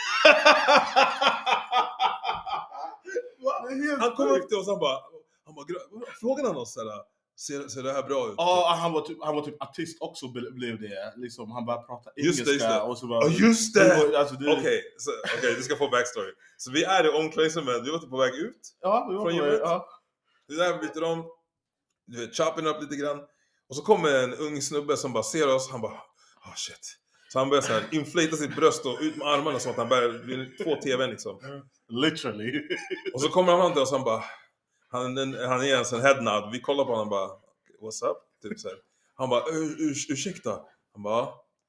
Speaker 3: Han kom upp till oss och han bara frågade han oss såhär, ser det här bra ut?
Speaker 1: Ja, han var typ artist också, blev det. Liksom, han började prata engelska.
Speaker 3: Just det.
Speaker 1: Och så bara,
Speaker 3: just det!
Speaker 1: Alltså,
Speaker 3: Okej, du ska få backstory. Så vi är i omklädningsrummet, vi var typ på väg ut.
Speaker 1: Ja, vi var
Speaker 3: från
Speaker 1: på
Speaker 3: gymmet.
Speaker 1: ja.
Speaker 3: Det där byter om, du vet, chopping upp lite grann. Och så kommer en ung snubbe som bara ser oss, han bara, shit. Så han börjar så här inflata sitt bröst och ut med armarna som att han börjar bli 2 TV:n liksom.
Speaker 1: Literally.
Speaker 3: Och så kommer han till oss och han bara, han ger en sån headnod. Vi kollar på honom och bara, what's up? Typ så här. Han bara, ursäkta. Han bara,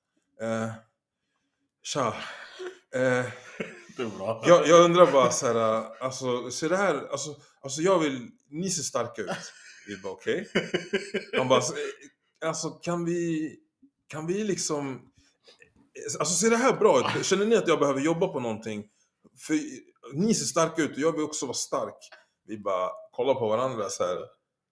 Speaker 3: tja.
Speaker 1: Det är bra.
Speaker 3: Jag undrar bara så här, alltså, ser det här, alltså ni ser starka ut. Vi bara, okej. Han bara, alltså kan vi liksom, alltså ser det här bra ut? Känner ni att jag behöver jobba på någonting? För ni ser starka ut och jag vill också vara stark. Vi bara kollar på varandra så här.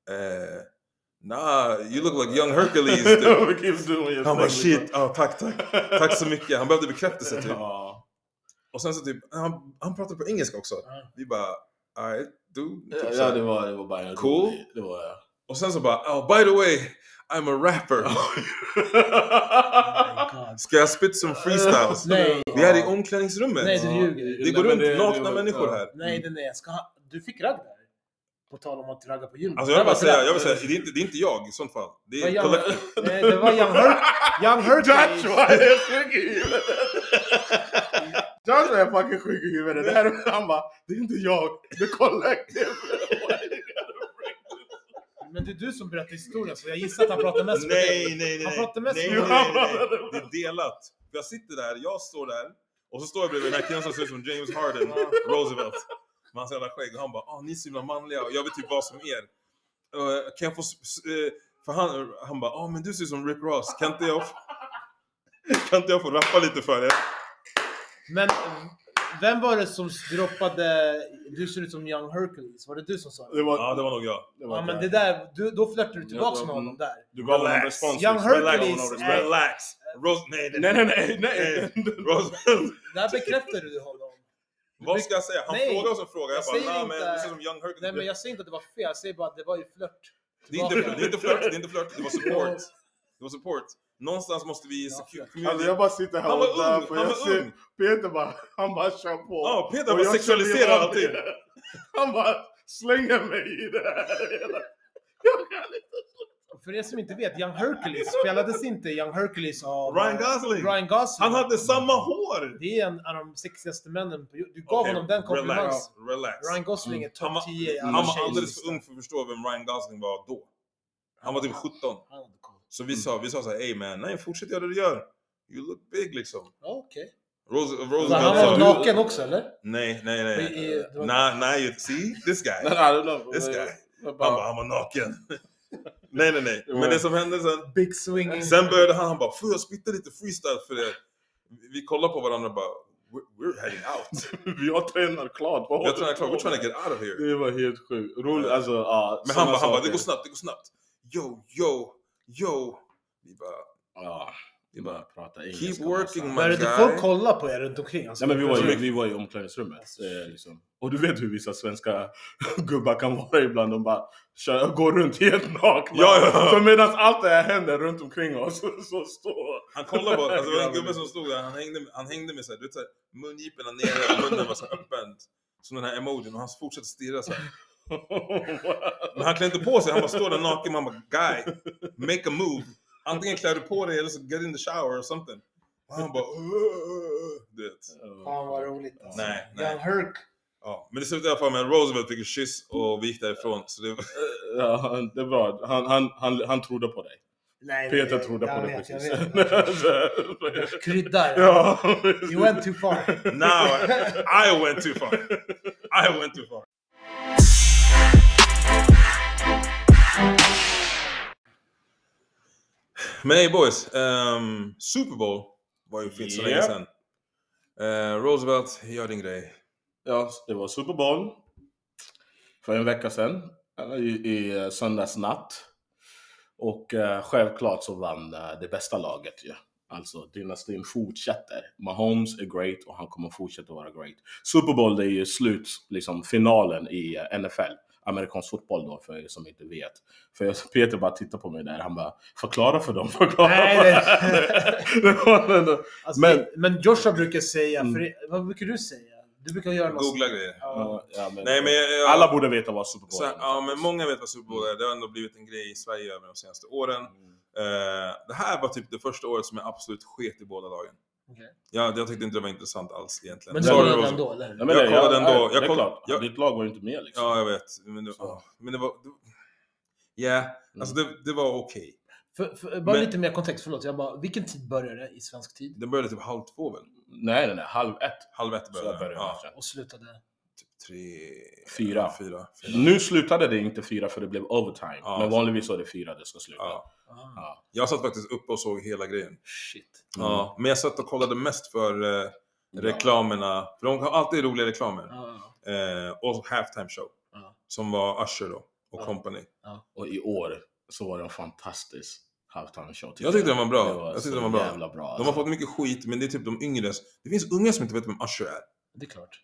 Speaker 3: Nah, you look like young Hercules. Han bara shit, tack så mycket. Han behövde bekräftelse typ. Och sen så typ, han pratade på engelska också. Vi bara, alright, du. Typ,
Speaker 1: ja, det var bara
Speaker 3: cool.
Speaker 1: Det var ja.
Speaker 3: Och sen så bara, by the way, I'm a rapper. Ska jag spit some freestyles?
Speaker 2: Nej.
Speaker 3: Vi är i omklädningsrummet.
Speaker 2: Nej, du ljuger.
Speaker 3: Det går runt nakna människor här.
Speaker 2: Nej, du fick ragg där. På tal om att ragga på gymmet.
Speaker 3: Alltså jag vill säga, det är inte jag i sånt fall. Det är kollektivt.
Speaker 2: Nej, det var Young Hercules.
Speaker 1: Joshua är sjuk i huvudet. Joshua är fucking sjuk i huvudet. Han bara, det är inte jag, det är kollektivt.
Speaker 2: Men det är du som berättar historien, så jag gissar att han pratar mest med dig.
Speaker 3: Nej.
Speaker 2: Han pratar mest
Speaker 3: nej.
Speaker 2: med dig.
Speaker 3: Det är delat. För jag sitter där, jag står där. Och så står jag bredvid den här killen som ser ut som James Harden, Roosevelt. Men han ser alla skägg och han bara, ni är så himla manliga och jag vet typ vad som är. Kan jag få... För han bara, men du ser ut som Rick Ross. Kan inte jag få rappa lite för det?
Speaker 2: Men vem var det som droppade du ser ut som Young Hercules? Var det du som sa det?
Speaker 3: Ja, det var nog jag.
Speaker 2: Ja, men det där, då flörtar du tillbaka med honom där.
Speaker 1: Du gav honom respons.
Speaker 2: Young Hercules.
Speaker 3: Relax. Nej.
Speaker 2: Där bekräftade du honom.
Speaker 3: Vad ska jag säga? Han frågade oss en fråga. Jag bara, men du ser som Young Hercules.
Speaker 2: Nej, men jag säger inte att det var fel. Jag säger bara att det var ju flört.
Speaker 3: Det är inte flört. Det var support. Någonstans måste vi...
Speaker 1: Alltså jag bara sitter här och där. Han var ung. Peter bara, han bara kör på.
Speaker 3: Ja, Peter bara sexualiserar allting.
Speaker 1: Han bara slänger mig i det här. Jag kan inte.
Speaker 2: För er som inte vet, Young Hercules spelades inte Young Hercules av
Speaker 3: Ryan Gosling.
Speaker 2: Han
Speaker 3: hade samma hår.
Speaker 2: Det är en av de sexigaste männen. Du gav honom den komplimangen.
Speaker 3: Relax.
Speaker 2: Ryan Gosling är topp 10.
Speaker 3: Han var alldeles för ung för att förstå vem Ryan Gosling var då. Han var typ 17. Så vi sa så här, hey man, nej, fortsätt göra det du gör. You look big liksom.
Speaker 2: Okej.
Speaker 3: Roosevelt.
Speaker 2: Han var naken också, eller?
Speaker 3: Nej. Nej, see? This guy. This guy. Han var naken. Nej. Men det som hände sen...
Speaker 2: Big swinging.
Speaker 3: Sen började han bara, får jag spitta lite freestyle för det? Vi kollar på varandra och bara, we're heading out.
Speaker 1: Vi har tränat klart.
Speaker 3: We're trying to get out of here.
Speaker 1: Det var helt sjukt. Alltså,
Speaker 3: men han bara, det går snabbt. Yo.
Speaker 1: Vi bara pratar engelska.
Speaker 3: Keep working, my
Speaker 2: guy. Men det folk kolla på er runt omkring. Alltså,
Speaker 1: nej, men vi var i omklädningsrummet. Liksom. Och du vet hur vissa svenska gubbar kan vara ibland. De bara går runt helt nakna.
Speaker 3: Ja.
Speaker 1: Så medan allt det här händer runt omkring oss så står...
Speaker 3: Han kollade på, alltså det var en gubbe som stod där. Han hängde med så här, du vet, mungiporna nere och munnen var så öppen. Som den här emojin. Och han fortsatte stirra så här. Men han klär inte på sig. Han bara står där naken. Man bara, guy, make a move. Antingen klär du på dig eller så get in the shower or something. Och han bara, du vet.
Speaker 2: Fan vad roligt alltså.
Speaker 3: Nej.
Speaker 2: Young Herc.
Speaker 3: Ja, men det slutade i alla fall med Roosevelt fick en kyss och vi gick därifrån. Så det var...
Speaker 1: Ja, det är bra. Han trodde på dig.
Speaker 2: Nej,
Speaker 1: Peter trodde på dig precis.
Speaker 2: Jag kryddar.
Speaker 1: Ja.
Speaker 2: You went too far.
Speaker 3: No, I went too far. Men hey boys, Super Bowl var ju för så länge sedan. Roosevelt, gör din grej.
Speaker 1: Ja, det var Super Bowl för en vecka sedan i söndagsnatt. Och självklart så vann det bästa laget ju. Alltså dynastin fortsätter. Mahomes är great och han kommer fortsätta vara great. Super Bowl det är ju slut, liksom finalen i NFL. Amerikansk fotboll då, för er som inte vet. För Peter bara tittar på mig där, han bara förklara för dem.
Speaker 2: Alltså, men Joshua brukar säga, vad brukar du säga? Du brukar göra något.
Speaker 3: Googla grejer.
Speaker 1: Ja, men,
Speaker 3: nej, men
Speaker 1: alla borde veta vad Super Bowl är.
Speaker 3: Ja, men många vet vad Super Bowl är. Det har ändå blivit en grej i Sverige över de senaste åren. Det här var typ det första året som jag absolut sket i båda lagen.
Speaker 2: Okay.
Speaker 3: Ja, jag tyckte inte det var intressant alls egentligen.
Speaker 2: Men du kollade ändå, eller?
Speaker 1: Ja,
Speaker 3: jag kollade ändå.
Speaker 1: Det är klart. Ditt lag var ju inte med liksom.
Speaker 3: Ja, jag vet. Men det var... Ja, alltså det var okej.
Speaker 2: Bara lite mer kontext, förlåt. Vilken tid började det i svensk tid?
Speaker 3: Den började typ 12:30 väl?
Speaker 1: Nej, 12:30.
Speaker 3: 12:30 började
Speaker 1: ja.
Speaker 2: Och slutade?
Speaker 3: Typ
Speaker 1: 4.
Speaker 3: 4.
Speaker 1: Nu slutade det inte 4 för det blev overtime. Men vanligtvis var det 4 det ska sluta.
Speaker 3: Ja. Jag satt faktiskt uppe och såg hela grejen.
Speaker 2: Shit.
Speaker 3: Ja, men jag satt och kollade mest för reklamerna. För de har alltid roliga reklamer. Och halftime show. Som var Usher då. Och company.
Speaker 1: Och i år så var det en fantastisk halftime show.
Speaker 3: Jag tyckte den var bra.
Speaker 1: Jag tyckte den var bra. Jävla bra alltså.
Speaker 3: De har fått mycket skit, men det är typ de yngre. Det finns unga som inte vet vem Usher är.
Speaker 2: Det är klart.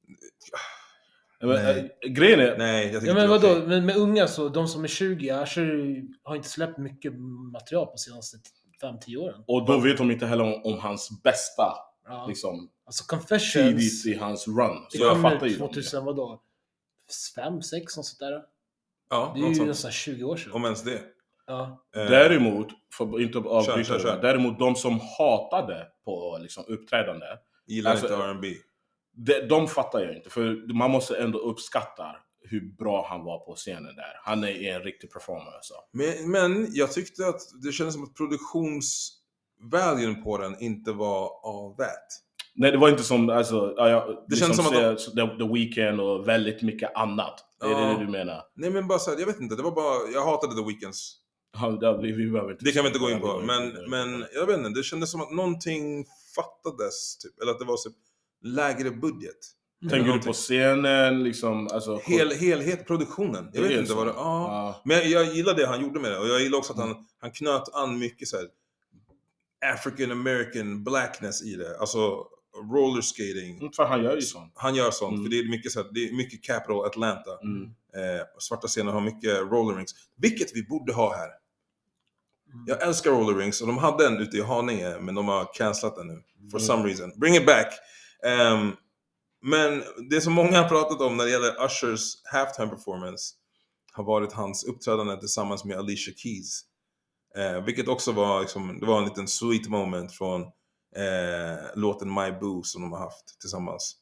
Speaker 1: Grejen är...
Speaker 3: Nej, jag tycker
Speaker 2: men vadå? Okay. Men med unga så, de som är 20, Usher har inte släppt mycket material på senaste 5-10 åren.
Speaker 1: Och då vet de inte heller om hans bästa liksom,
Speaker 2: alltså Confessions
Speaker 1: tidigt i hans run.
Speaker 2: Så jag fattar ju 2000 vadå? 5-6 och sånt där.
Speaker 3: Ja,
Speaker 2: det är ju nästan 20 år sedan.
Speaker 3: Om ens det.
Speaker 2: Ja.
Speaker 1: Däremot, för inte avbryta, däremot de som hatade på liksom, uppträdande
Speaker 3: gillar inte R&B.
Speaker 1: De fattar jag inte, för man måste ändå uppskatta hur bra han var på scenen där. Han är en riktig performer alltså.
Speaker 3: Men jag tyckte att det kändes som att produktionsvaluen på den inte var all that.
Speaker 1: Nej, det var inte som alltså,
Speaker 3: det
Speaker 1: liksom
Speaker 3: känns som att
Speaker 1: The Weeknd och väldigt mycket annat. Det är det du menar.
Speaker 3: Nej, men bara så här, jag vet inte, det var bara jag hatade The Weeknds.
Speaker 1: Vi behöver inte.
Speaker 3: Det kan vi inte gå in på, men jag vet inte, det kändes som att någonting fattades typ, eller att det var så lägre budget.
Speaker 1: Tänker du på scenen liksom, alltså
Speaker 3: helhet produktionen. Jag vet inte vad det men jag gillar det han gjorde med det, och jag gillar också att han knöt an mycket så här African American blackness i det. Alltså roller skating.
Speaker 1: För han gör ju sånt.
Speaker 3: Han gör sånt för det är mycket så här, det är mycket Capital Atlanta. Svarta scener har mycket roller rings, vilket vi borde ha här. Jag älskar roller rings, och de hade en ute i Haninge, men de har cancelat den nu for some reason. Bring it back. Men det som många har pratat om när det gäller Ushers halftime performance har varit hans uppträdande tillsammans med Alicia Keys. Vilket också var liksom, det var en liten sweet moment från låten My Boo som de har haft tillsammans.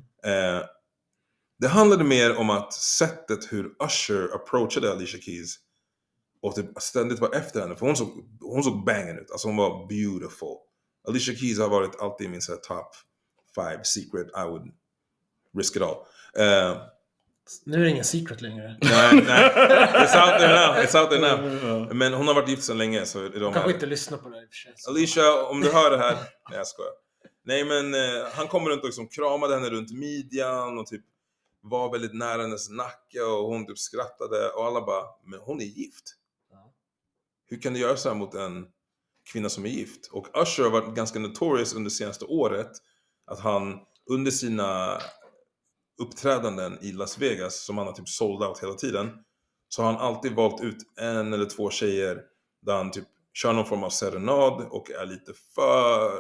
Speaker 3: Det handlade mer om att sättet hur Usher approachade Alicia Keys och typ ständigt var efter henne, för hon såg banging ut. Alltså hon var beautiful. Alicia Keys har varit alltid min top 5 secret I would risk it all.
Speaker 2: Nu är det ingen secret längre.
Speaker 3: Nej. It's out there now. Men hon har varit gift sedan länge, så är de
Speaker 2: kanske inte lyssna på det i och för sig.
Speaker 3: Alicia, om du hör det här. Nej, jag skojar. Nej, men han kommer runt och liksom kramade henne runt midjan och typ var väldigt nära hennes nacke, och hon typ skrattade, och alla bara, men hon är gift. Hur kan du göra så här mot en kvinna som är gift? Och Usher har varit ganska notorious under senaste året att han under sina uppträdanden i Las Vegas, som han har typ sold out hela tiden, så har han alltid valt ut 1 eller 2 tjejer där han typ kör någon form av serenad och är lite för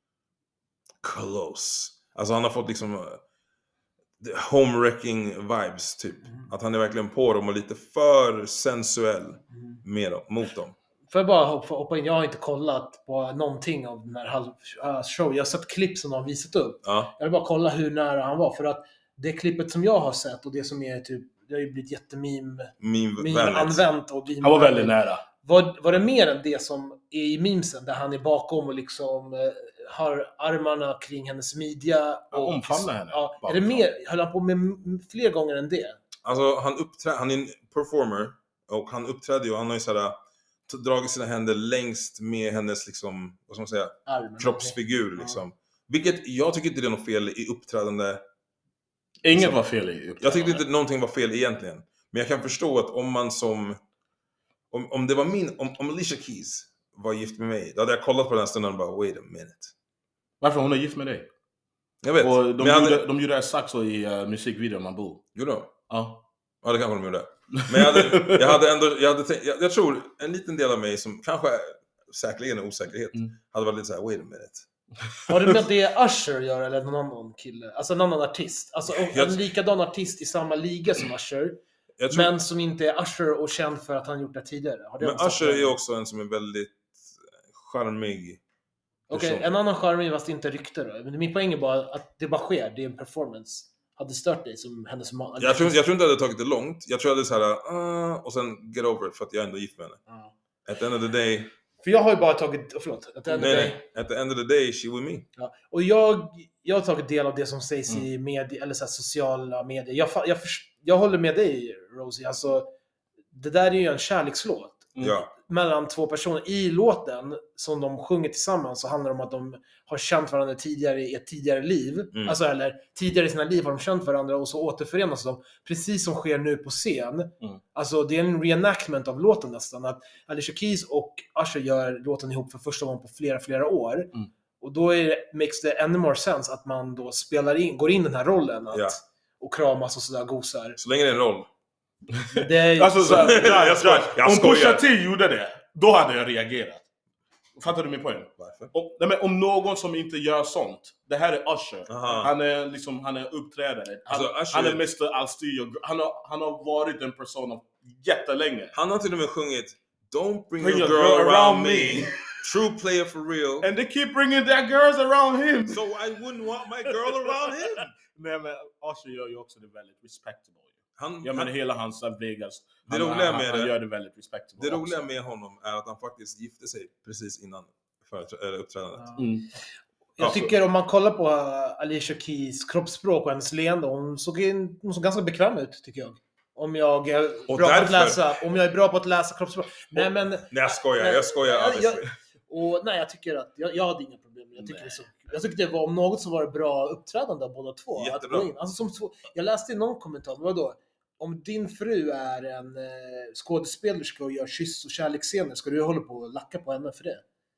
Speaker 3: close. Alltså han har fått liksom home-wrecking vibes typ. Att han är verkligen på dem och lite för sensuell med dem, mot dem.
Speaker 2: Får jag bara hoppa in? Jag har inte kollat på någonting av den här show. Jag har sett klipp som de har visat upp. Jag vill bara kolla hur nära han var. För att det klippet som jag har sett och det som är typ, det har ju blivit jättememe-använt.
Speaker 1: Han var väldigt nära.
Speaker 2: Var det mer än det som är i memesen, där han är bakom och liksom har armarna kring hennes midja och
Speaker 1: omfamnar henne?
Speaker 2: Ja, är det mer? Höll han på med fler gånger än det?
Speaker 3: Alltså han är en performer, och han uppträdde ju, han har ju sådär dragit sina händer längst med hennes liksom, vad ska man säga, kroppsfigur liksom. Vilket jag tycker inte det är något fel i uppträdande.
Speaker 1: Inget var fel i uppträdande.
Speaker 3: Jag tyckte inte någonting var fel egentligen. Men jag kan förstå att om man som om det var om Alicia Keys var gift med mig, då hade jag kollat på den stunden och bara wait a minute.
Speaker 1: Varför hon är gift med dig?
Speaker 3: Jag vet.
Speaker 1: Och de gjorde exakt så i musikvideon man bor.
Speaker 3: Gjorde de?
Speaker 1: Ja.
Speaker 3: Ja, det kanske de gjorde. Men jag tror en liten del av mig som kanske säkerligen är osäkerhet hade varit lite så här wait a minute.
Speaker 2: Har du med det Usher gör eller någon annan kille? Alltså någon annan artist. Alltså en likadan artist i samma liga som Usher. Men som inte är Usher och känd för att han gjort det tidigare.
Speaker 3: Men Usher är ju också en som är väldigt charmig.
Speaker 2: Okej, en annan charmig fast inte rykte då. Men min poäng är bara att det bara sker. Det är en performance. Hade stört dig som hennes man.
Speaker 3: Jag tror inte jag hade tagit det långt. Jag tror jag hade såhär och sen get over it för att jag ändå är gift med henne. At the end of the day.
Speaker 2: För jag har ju bara tagit,
Speaker 3: at the end of the day she with me.
Speaker 2: Ja. Och jag har tagit del av det som sägs i media eller så här, sociala medier. Jag håller med dig, Rosie. Alltså det där är ju en kärlekslåt. Mellan två personer. I låten som de sjunger tillsammans så handlar det om att de har känt varandra tidigare i ett tidigare liv. Alltså eller tidigare i sina liv har de känt varandra och så återförenas de. Precis som sker nu på scen. Alltså det är en reenactment av låten nästan. Att Alicia Keys och Usher gör låten ihop för första gången på flera år. Och då makes det ännu more sense att man då går in den här rollen och kramas och sådär gosar.
Speaker 3: Så länge det är en roll.
Speaker 2: Det är...
Speaker 1: Alltså,
Speaker 3: jag
Speaker 1: om Pusha T gjorde det, då hade jag reagerat. Fattar du min poäng?
Speaker 3: Varför?
Speaker 1: Om någon som inte gör sånt. Det här är Usher. Han är uppträdare. Han är Mr. Alstyr. Han har varit en person jättelänge.
Speaker 3: Han har till och med sjungit Don't bring your girl around me. True player for real.
Speaker 1: And they keep bringing their girls around him.
Speaker 3: So I wouldn't want my girl around him.
Speaker 1: Nej, men Usher gör ju också det väldigt respectable. Jag menar hela hans Vegas. Han gör det väldigt respectable.
Speaker 3: Det roliga med honom är att han faktiskt gifte sig precis innan uppträdandet.
Speaker 2: Jag tycker om man kollar på Alicia Keys kroppsspråk och hennes leende, hon såg ganska bekväm ut tycker jag. Om jag är bra på att läsa kroppsspråk. Nej men jag skojar. Jag tycker att jag hade inga problem. Jag tycker det var om något så var det bra uppträdande av båda två.
Speaker 3: Jättebra.
Speaker 2: Jag läste i någon kommentar, vadå? Om din fru är en skådespelerska och gör kyss- och kärleksscener, ska du hålla på och lacka på henne för det?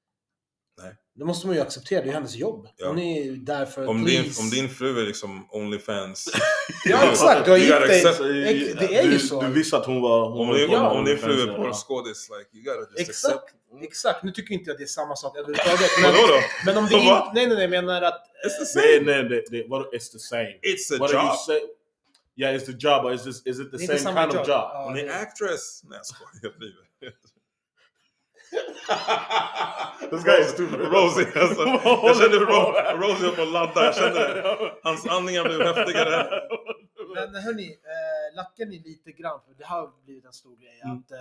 Speaker 3: Nej.
Speaker 2: Det måste man ju acceptera, det är hennes jobb.
Speaker 3: Ja.
Speaker 2: Hon är ju där för
Speaker 3: om din fru är liksom OnlyFans.
Speaker 2: Ja, exakt. Du har gift dig. Det är ju så.
Speaker 1: Du visste att hon var...
Speaker 3: Om din fru är på skådis, like, you gotta just accept.
Speaker 2: Exakt. Nu tycker inte jag det är samma sak
Speaker 3: överhuvudtaget.
Speaker 2: Men om det är... Nej, jag menar att...
Speaker 1: It's the same. Nej, it's the same.
Speaker 3: It's a job.
Speaker 1: Yeah, it's the job, but is it the same kind of job?
Speaker 3: Hon är actress. Nej, jag skojar.
Speaker 1: This guy is stupid.
Speaker 3: Rosie, alltså. Jag kände Rosie på ladda. Jag kände det. Hans andningar blev häftigare.
Speaker 2: Men hörni, lackar ni lite grann, för det har blivit en stor grej att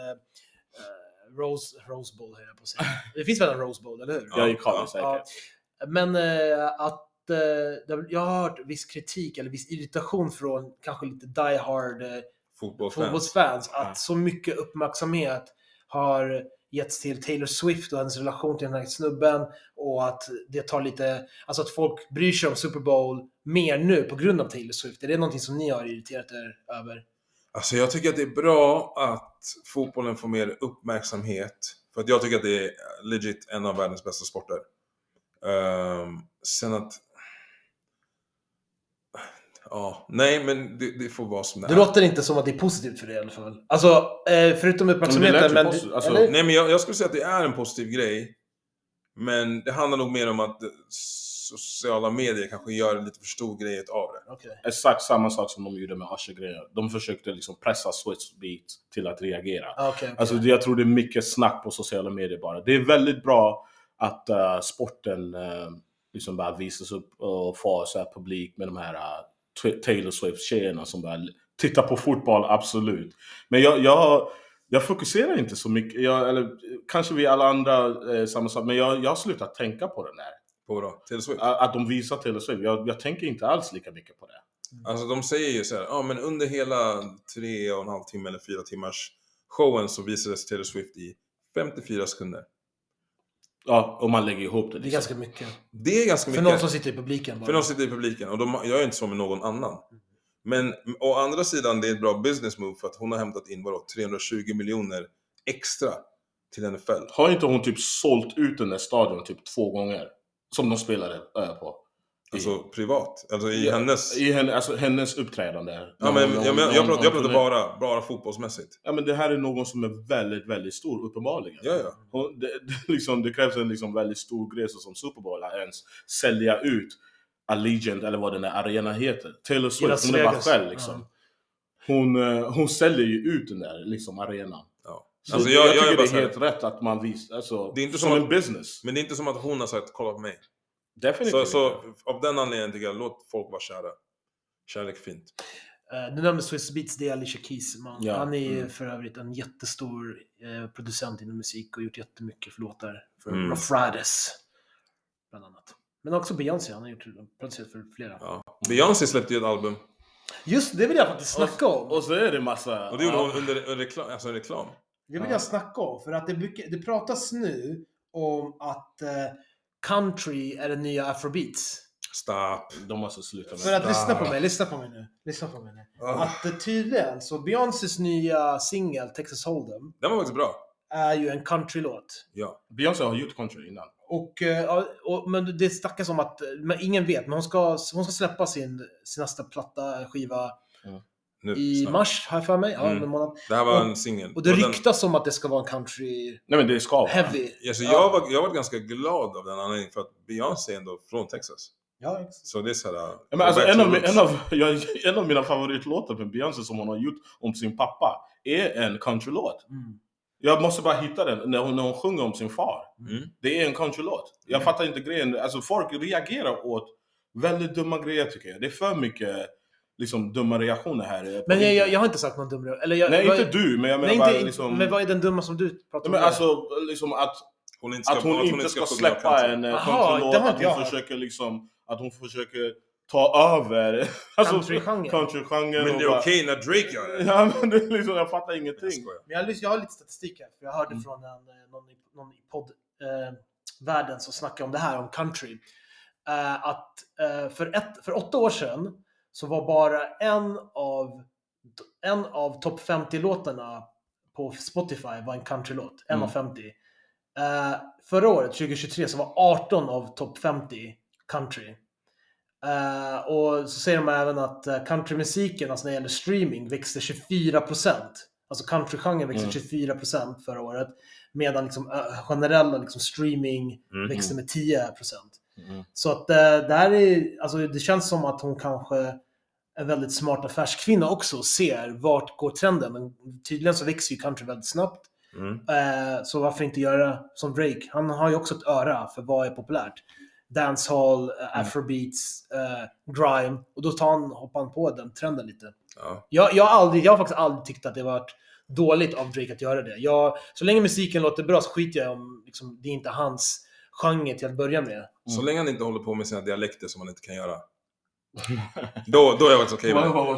Speaker 2: Rose Bowl höll jag på att säga. Det finns väl en Rose Bowl, eller hur?
Speaker 1: Ja, i Cardiff säkert.
Speaker 2: Men att jag har hört viss kritik eller viss irritation från kanske lite die-hard fotbollsfans att så mycket uppmärksamhet har getts till Taylor Swift och hennes relation till den här snubben, och att det tar lite, alltså att folk bryr sig om Super Bowl mer nu på grund av Taylor Swift. Är det någonting som ni har irriterat er över?
Speaker 3: Alltså jag tycker att det är bra att fotbollen får mer uppmärksamhet, för att jag tycker att det är legit en av världens bästa sporter. Sen att nej, men det får vara som det är.
Speaker 2: Det låter inte som att det är positivt för det i alla fall. Alltså, förutom uppmärksamheten.
Speaker 3: Nej, men jag skulle säga att det är en positiv grej. Men det handlar nog mer om att sociala medier kanske gör lite för stor grej av det.
Speaker 2: Okay.
Speaker 1: Exakt samma sak som de gjorde med Usher-grejer. De försökte liksom pressa Switch Beat till att reagera.
Speaker 2: Okay.
Speaker 1: Alltså jag tror det är mycket snack på sociala medier bara. Det är väldigt bra att sporten liksom bara visas upp och får så här publik med de här Taylor Swift-tjejerna som bara tittar på fotboll, absolut. Men jag fokuserar inte så mycket. Eller kanske vi alla andra samma sak, men jag har slutat tänka på den här.
Speaker 3: På då? Taylor Swift?
Speaker 1: Att de visar Taylor Swift. Jag tänker inte alls lika mycket på det.
Speaker 3: Alltså de säger ju så här, men under hela 3,5 timmar eller 4 timmars showen så visades Taylor Swift i 54 sekunder.
Speaker 1: Ja, om man lägger ihop det.
Speaker 2: Det är ganska mycket.
Speaker 3: Det är ganska mycket.
Speaker 2: För någon som sitter i publiken bara.
Speaker 3: För någon som sitter i publiken. Och jag är inte så med någon annan. Men å andra sidan, det är ett bra business move för att hon har hämtat in 320 miljoner extra till NFL.
Speaker 1: Har inte hon typ sålt ut den där stadion typ 2 gånger? Som de spelade på.
Speaker 3: Alltså privat. Alltså i hennes...
Speaker 1: hennes uppträdande.
Speaker 3: Ja, men jag pratar bara fotbollsmässigt.
Speaker 1: Ja, men det här är någon som är väldigt, väldigt stor, uppenbarligen.
Speaker 3: Ja.
Speaker 1: Det krävs en liksom väldigt stor grej som Super Bowl att ens sälja ut Allegiant, eller vad den där arena heter. Taylor Swift, hon är bara själv liksom. Hon säljer ju ut den där liksom arenan.
Speaker 3: Ja.
Speaker 1: Så
Speaker 3: alltså
Speaker 1: jag tycker det är helt rätt att man visar, alltså,
Speaker 3: det är inte
Speaker 1: som en business.
Speaker 3: Men det är inte som att hon har sagt, kolla på mig.
Speaker 1: Definitivt.
Speaker 3: Så av den anledningen tycker jag, låt folk vara kära. Kärlek är fint.
Speaker 2: Du nämnde Swiss Beats, det är Alicia Keys. Han är för övrigt en jättestor producent inom musik och gjort jättemycket för låtar för Rough Riders bland annat. Men också Beyoncé, han har producerat för flera.
Speaker 3: Ja. Beyoncé släppte ju ett album.
Speaker 2: Just det vill jag faktiskt snacka om.
Speaker 1: Och så är det massa...
Speaker 3: Och det gjorde hon under reklam.
Speaker 2: Det vill jag snacka om, för att det pratas nu om att country är den nya Afrobeats.
Speaker 3: Stop.
Speaker 1: De måste sluta med
Speaker 2: för att lyssna på mig nu. Att tydligen, så Beyoncés nya singel Texas Hold'em,
Speaker 3: den var faktiskt bra.
Speaker 2: Är ju en countrylåt.
Speaker 3: Ja.
Speaker 1: Beyoncé har gjort country innan.
Speaker 2: Men det snackas om att ingen vet, men hon ska släppa sin nästa skiva
Speaker 3: nu,
Speaker 2: i mars, har jag för mig.
Speaker 3: Det här var en singel.
Speaker 2: Och det ryktas om att det ska vara en country.
Speaker 1: Nej, men det ska
Speaker 3: heavy. Alltså, jag var ganska glad av den anledningen, för att Beyoncé är ändå från Texas.
Speaker 2: Ja, exakt.
Speaker 3: Så det är såhär...
Speaker 1: Ja, men alltså, en av mina favoritlåtar med Beyoncé som hon har gjort om sin pappa är en countrylåt. Jag måste bara hitta den när hon sjunger om sin far. Det är en countrylåt. Jag fattar inte grejen. Alltså, folk reagerar åt väldigt dumma grejer, tycker jag. Det är för mycket liksom dumma reaktioner här.
Speaker 2: Men jag har inte sagt någon dum reaktion.
Speaker 1: Nej, inte du, men jag menar bara liksom...
Speaker 2: Men vad är den dumma som du pratar om?
Speaker 1: Men alltså, liksom att hon inte ska släppa en countrylåt. Att hon försöker ta över countrygenren.
Speaker 3: Men det är okej när Drake gör det.
Speaker 1: Ja, men det är liksom, jag fattar ingenting.
Speaker 2: Men jag har lite statistik här, för jag hörde från någon i poddvärlden som snackade om det här, om country. Att för 8 år sedan så var bara en av topp 50-låtarna på Spotify var en countrylåt. En av 50. Förra året, 2023, så var 18 av topp 50 country. Och så säger de även att countrymusiken, alltså när det gäller streaming, växte 24%. Alltså countrygenren växte 24% förra året. Medan liksom, generella liksom, streaming växte med 10%. Så att där är, alltså, det känns som att hon kanske är väldigt smart affärskvinna också och ser vart går trenden. Men tydligen så växer ju country väldigt snabbt. Så varför inte göra som Drake? Han har ju också ett öra för vad är populärt. Dancehall, Afrobeats, grime. Och då hoppar han på den trenden lite. Jag har faktiskt aldrig tyckt att det varit dåligt av Drake att göra det. Så länge musiken låter bra så skiter jag om liksom, det är inte hans genre till att börja med.
Speaker 3: Så länge han inte håller på med sina dialekter som man inte kan göra. Då är jag faktiskt okej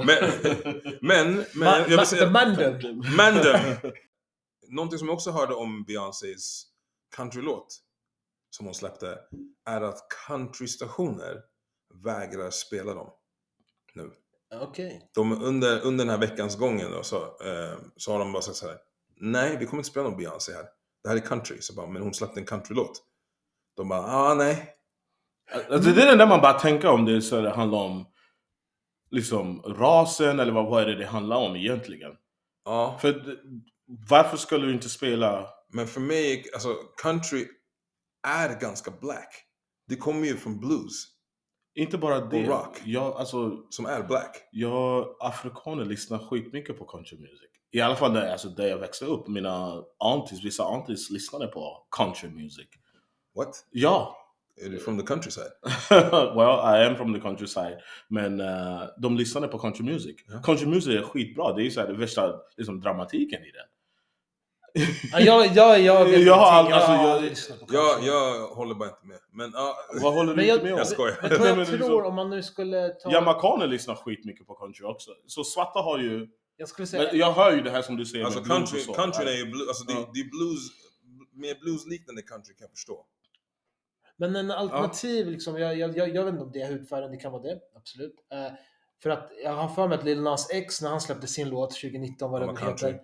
Speaker 3: med. Men jag vill säga... Mandem. Någonting som jag också hörde om Beyoncés countrylåt som hon släppte är att countrystationer vägrar spela dem nu.
Speaker 2: Okej.
Speaker 3: De under den här veckans gången då, så har de bara sagt så här: nej, vi kommer inte spela någon Beyoncé här. Det här är country. Så bara, men hon släppte en countrylåt. De bara, nej.
Speaker 1: Alltså, det är det där man bara tänker om det, så det handlar om liksom rasen, eller vad är det handlar om egentligen?
Speaker 3: Ja.
Speaker 1: För varför skulle du inte spela?
Speaker 3: Men för mig, alltså country är ganska black. Det kommer ju från blues.
Speaker 1: Inte bara det.
Speaker 3: Och rock.
Speaker 1: Som
Speaker 3: är black.
Speaker 1: Afrikaner lyssnar skitmycket på country music. I alla fall där jag växte upp. Vissa aunties lyssnade på country music.
Speaker 3: What?
Speaker 1: Ja.
Speaker 3: Är du from the countryside?
Speaker 1: Well, I am from the countryside. Men de lyssnade på country music. Yeah. Country music är skitbra. Det är ju såhär det värsta liksom, dramatiken i den.
Speaker 3: Jag håller bara inte med. Men
Speaker 1: vad håller du inte med om?
Speaker 3: Jag skojar.
Speaker 2: Jag tror om man nu skulle ta...
Speaker 1: Jamaicaner lyssnar skitmycket på country också. Så svarta har ju...
Speaker 2: Jag skulle säga...
Speaker 1: Jag hör ju det här som du säger.
Speaker 3: Alltså country är ju blues. Alltså det är mer bluesliknande country kan jag förstå.
Speaker 2: Men en alternativ, liksom, jag vet inte om det är hudfärgen, det kan vara det, absolut. För att jag har för mig att Lil Nas X, när han släppte sin låt 2019, vad den heter.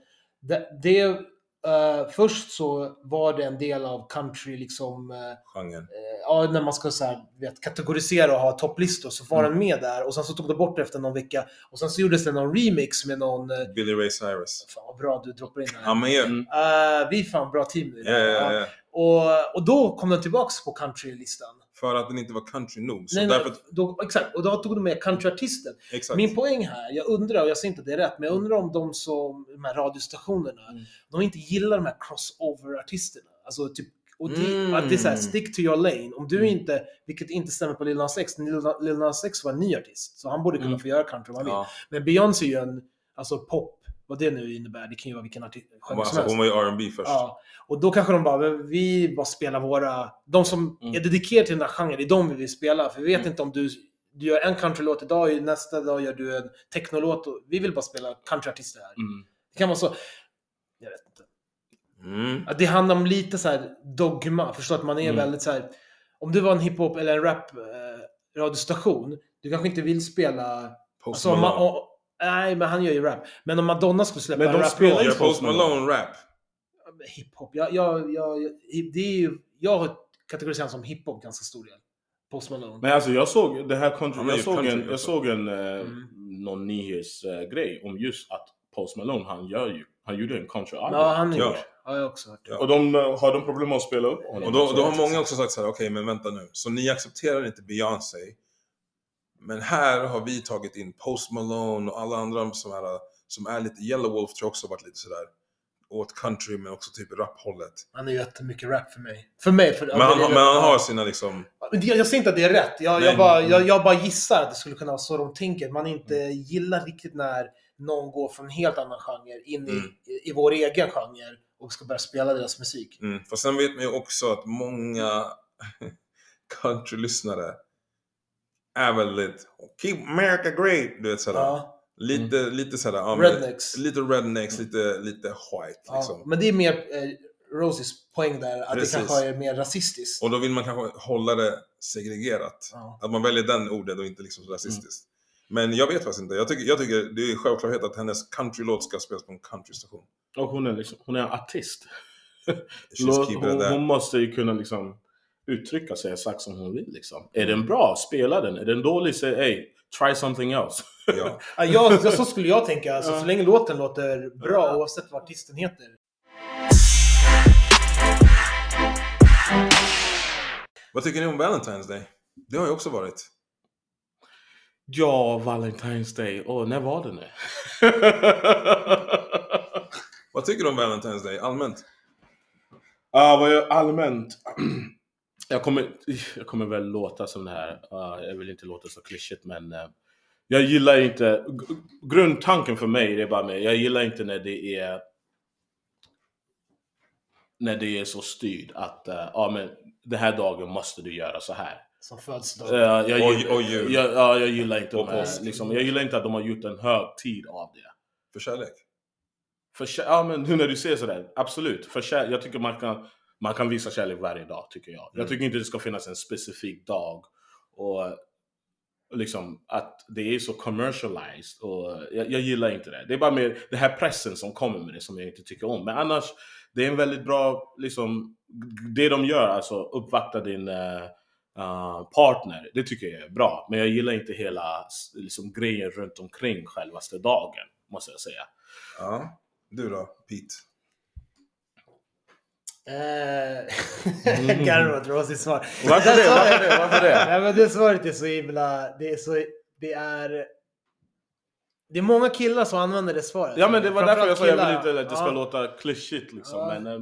Speaker 2: Först så var det en del av country, liksom...
Speaker 3: Genren.
Speaker 2: När man ska så här, kategorisera och ha topplistor, så var den med där. Och sen så tog det bort efter någon vecka. Och sen så gjordes det någon remix med någon...
Speaker 3: Billy Ray Cyrus.
Speaker 2: Fan vad bra du droppar in här.
Speaker 3: Ja, men
Speaker 2: vi är fan bra team nu.
Speaker 3: Ja.
Speaker 2: Och då kom den tillbaks på countrylistan.
Speaker 3: För att den inte var country nog. Så
Speaker 2: Nej,
Speaker 3: därför...
Speaker 2: exakt, och då tog de med countryartisten.
Speaker 3: Exakt.
Speaker 2: Min poäng här, jag undrar, och jag säger inte att det är rätt, men jag undrar om de här radiostationerna, de inte gillar de här crossover-artisterna. Alltså typ, och att det är såhär, stick to your lane. Om du inte, vilket inte stämmer på Lil Nas X, Lil Nas X var en ny artist, så han borde kunna få göra country om han vill. Men Beyoncé är ju en, alltså pop, vad det nu innebär, det kan ju vara vilken artist som helst.
Speaker 3: Hon var ju R&B först.
Speaker 2: Ja, och då kanske de bara, vi bara spelar våra, de som är dedikerade till den här genren, det är de vi vill spela. För vi vet inte om du gör en countrylåt idag, nästa dag gör du en technolåt, och vi vill bara spela countryartister här. Det kan vara så, jag vet inte. Att det handlar om lite så här dogma, förstår att man är väldigt så här, om du var en hiphop eller en rap radiostation, du kanske inte vill spela
Speaker 3: Post Malone.
Speaker 2: Nej, men han gör ju rap. Men om Madonna skulle släppa
Speaker 1: men
Speaker 2: en rap,
Speaker 3: gör Post Malone rap.
Speaker 2: Hiphop. Det är ju, jag kategoriserar som hiphop ganska stor del. Post Malone.
Speaker 1: Men alltså jag såg det här jag såg någon nyhetsgrej om just att Post Malone han gjorde en country-album.
Speaker 2: Ja, han gjorde. Ja, jag också hört.
Speaker 1: Ja. Och har de problem att spela upp honom.
Speaker 3: Och då har många också sagt så här: okej, men vänta nu. Så ni accepterar inte Beyoncé. Men här har vi tagit in Post Malone och alla andra som är lite, Yellow Wolf tror jag också varit lite sådär åt country, men också typ rap-hållet. Han
Speaker 2: är jättemycket rap för mig.
Speaker 3: Men han har sina liksom...
Speaker 2: Jag säger inte att det är rätt. Jag bara gissar att det skulle kunna vara så de tänker. Man inte gillar riktigt när någon går från en helt annan genre in i vår egen genre och ska börja spela deras musik.
Speaker 3: För sen vet man ju också att många countrylyssnare är väldigt keep America great, du vet sådär. Ja. Lite sådär,
Speaker 2: rednecks.
Speaker 3: Lite rednecks, lite white liksom.
Speaker 2: Men det är mer Rosies poäng där, att det kanske är mer rasistiskt.
Speaker 3: Och då vill man kanske hålla det segregerat. Att man väljer den ordet och inte liksom rasistiskt. Men jag vet faktiskt inte. Jag tycker det är självklart att hennes countrylåt ska spelas på en countrystation.
Speaker 1: Och hon är en artist. hon måste ju kunna liksom uttrycka sig exakt som hon vill liksom. Är den bra? Spela den. Är den dålig? Säg hey, try something else.
Speaker 2: Så skulle jag tänka. Alltså, så länge låten låter bra, oavsett vad artisten heter.
Speaker 3: Vad tycker ni om Valentine's Day? Det har ju också varit.
Speaker 1: Ja, Valentine's Day. När var det nu?
Speaker 3: Vad tycker du om Valentine's Day allmänt?
Speaker 1: Vad jag allmänt... Jag kommer väl låta som det här. Jag vill inte låta så klyschigt, men jag gillar inte... Grundtanken för mig, det är bara mig. Jag gillar inte när det är så styrt att men den här dagen måste du göra så här.
Speaker 2: Som födelsedag.
Speaker 1: Jag gillar inte liksom, jag gillar inte att de har gjort en hög tid av det.
Speaker 3: För kärlek?
Speaker 1: Men nu när du ser sådär, absolut. Jag tycker man kan visa kärlek varje dag, tycker jag. Jag tycker inte det ska finnas en specifik dag. Och liksom att det är så commercialized. Och jag gillar inte det. Det är bara mer det här pressen som kommer med det som jag inte tycker om. Men annars, det är en väldigt bra, liksom, det de gör, alltså uppvakta din partner, det tycker jag är bra. Men jag gillar inte hela liksom, grejen runt omkring självaste dagen, måste jag säga.
Speaker 3: Ja, du då, Pete?
Speaker 2: Garrod Rosy svar.
Speaker 1: Varför det?
Speaker 2: Nej, men det svaret är så himla, det är många killar som använder det svaret.
Speaker 1: Ja, men det var därför jag sa jag vill inte att det ska låta klyschigt liksom. Men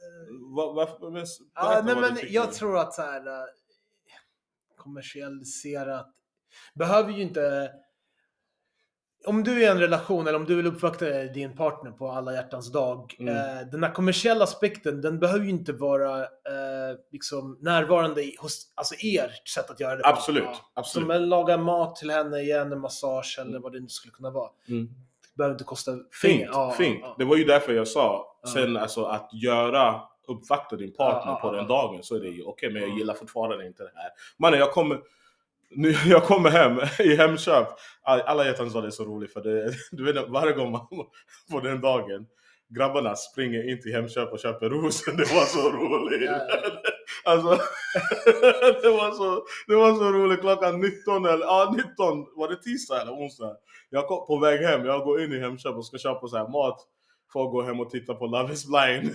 Speaker 2: jag tror att så här kommersialiserat behöver ju inte. Om du är i en relation eller om du vill uppvakta din partner på alla hjärtans dag, den här kommersiella aspekten, den behöver ju inte vara liksom närvarande hos alltså ert sätt att göra det.
Speaker 1: Absolut.
Speaker 2: Som att laga mat till henne, ge en massage eller vad det nu skulle kunna vara. Det behöver inte kosta
Speaker 1: fint. Det var ju därför jag sa sen alltså att göra uppvakta din partner på den dagen så är det ju okej, men jag gillar fortfarande inte det här. Mannen, jag kommer hem i Hemköp. Alla hjärtans dag är så roligt för det, du vet varje gång man på den dagen grabbarna springer in till Hemköp och köper rosen. Det var så roligt. Alltså det var så roligt. Klockan 19 var det tisdag eller onsdag. Jag kom på väg hem. Jag går in i Hemköp och ska köpa så här mat för att gå hem och titta på Love is Blind.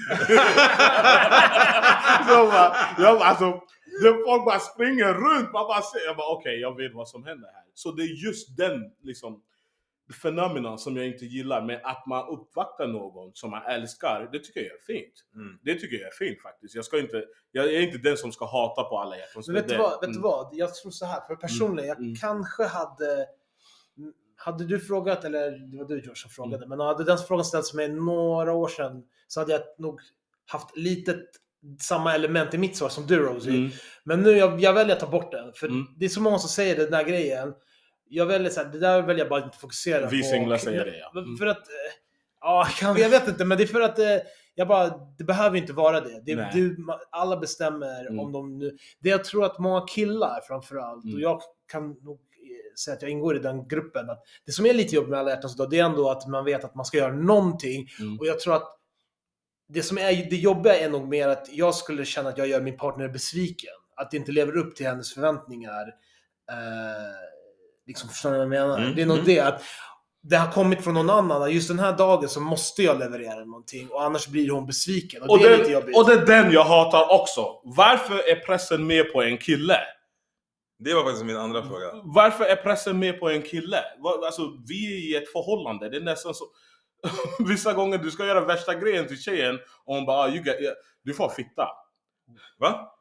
Speaker 1: Alltså folk bara springer runt. Man bara ser, jag bara okej, jag vet vad som händer här. Så det är just den liksom fenomenon som jag inte gillar, men att man uppvaktar någon som man älskar, det tycker jag är fint. Det tycker jag är fint faktiskt. Jag är inte den som ska hata på alla hjärtans.
Speaker 2: Men vet du vad? Jag tror så här, för personligen, jag kanske hade du frågat, eller det var du George som frågade, men hade den frågan ställts mig några år sedan så hade jag nog haft lite samma element i mitt svar som du, Rosie. Men nu jag väljer att ta bort den, för det är så många som säger den där grejen. Jag väljer så här, det där väljer jag bara inte fokusera på.
Speaker 1: Vi singlar säger det, ja.
Speaker 2: För att jag vet inte, men det är för att det behöver inte vara det. Alla bestämmer om de nu. Det jag tror att många killar framförallt, och jag kan nog säga att jag ingår i den gruppen, att det som är lite jobb med alla hjärtans dag, det är ändå att man vet att man ska göra någonting. Och jag tror att det som är det jobbiga är nog mer att jag skulle känna att jag gör min partner besviken, att det inte lever upp till hennes förväntningar. Liksom, förstår ni vad jag menar? Det är nog det att det har kommit från någon annan. Just den här dagen så måste jag leverera någonting, och annars blir hon besviken. Och det är lite jobbigt.
Speaker 1: Och det är den jag hatar också. Varför är pressen med på en kille?
Speaker 3: Det var faktiskt min andra fråga.
Speaker 1: Varför är pressen med på en kille? Alltså, vi är i ett förhållande. Det är nästan så. Vissa gånger du ska göra värsta grejen till tjejen och hon bara, du får fitta.
Speaker 3: Va?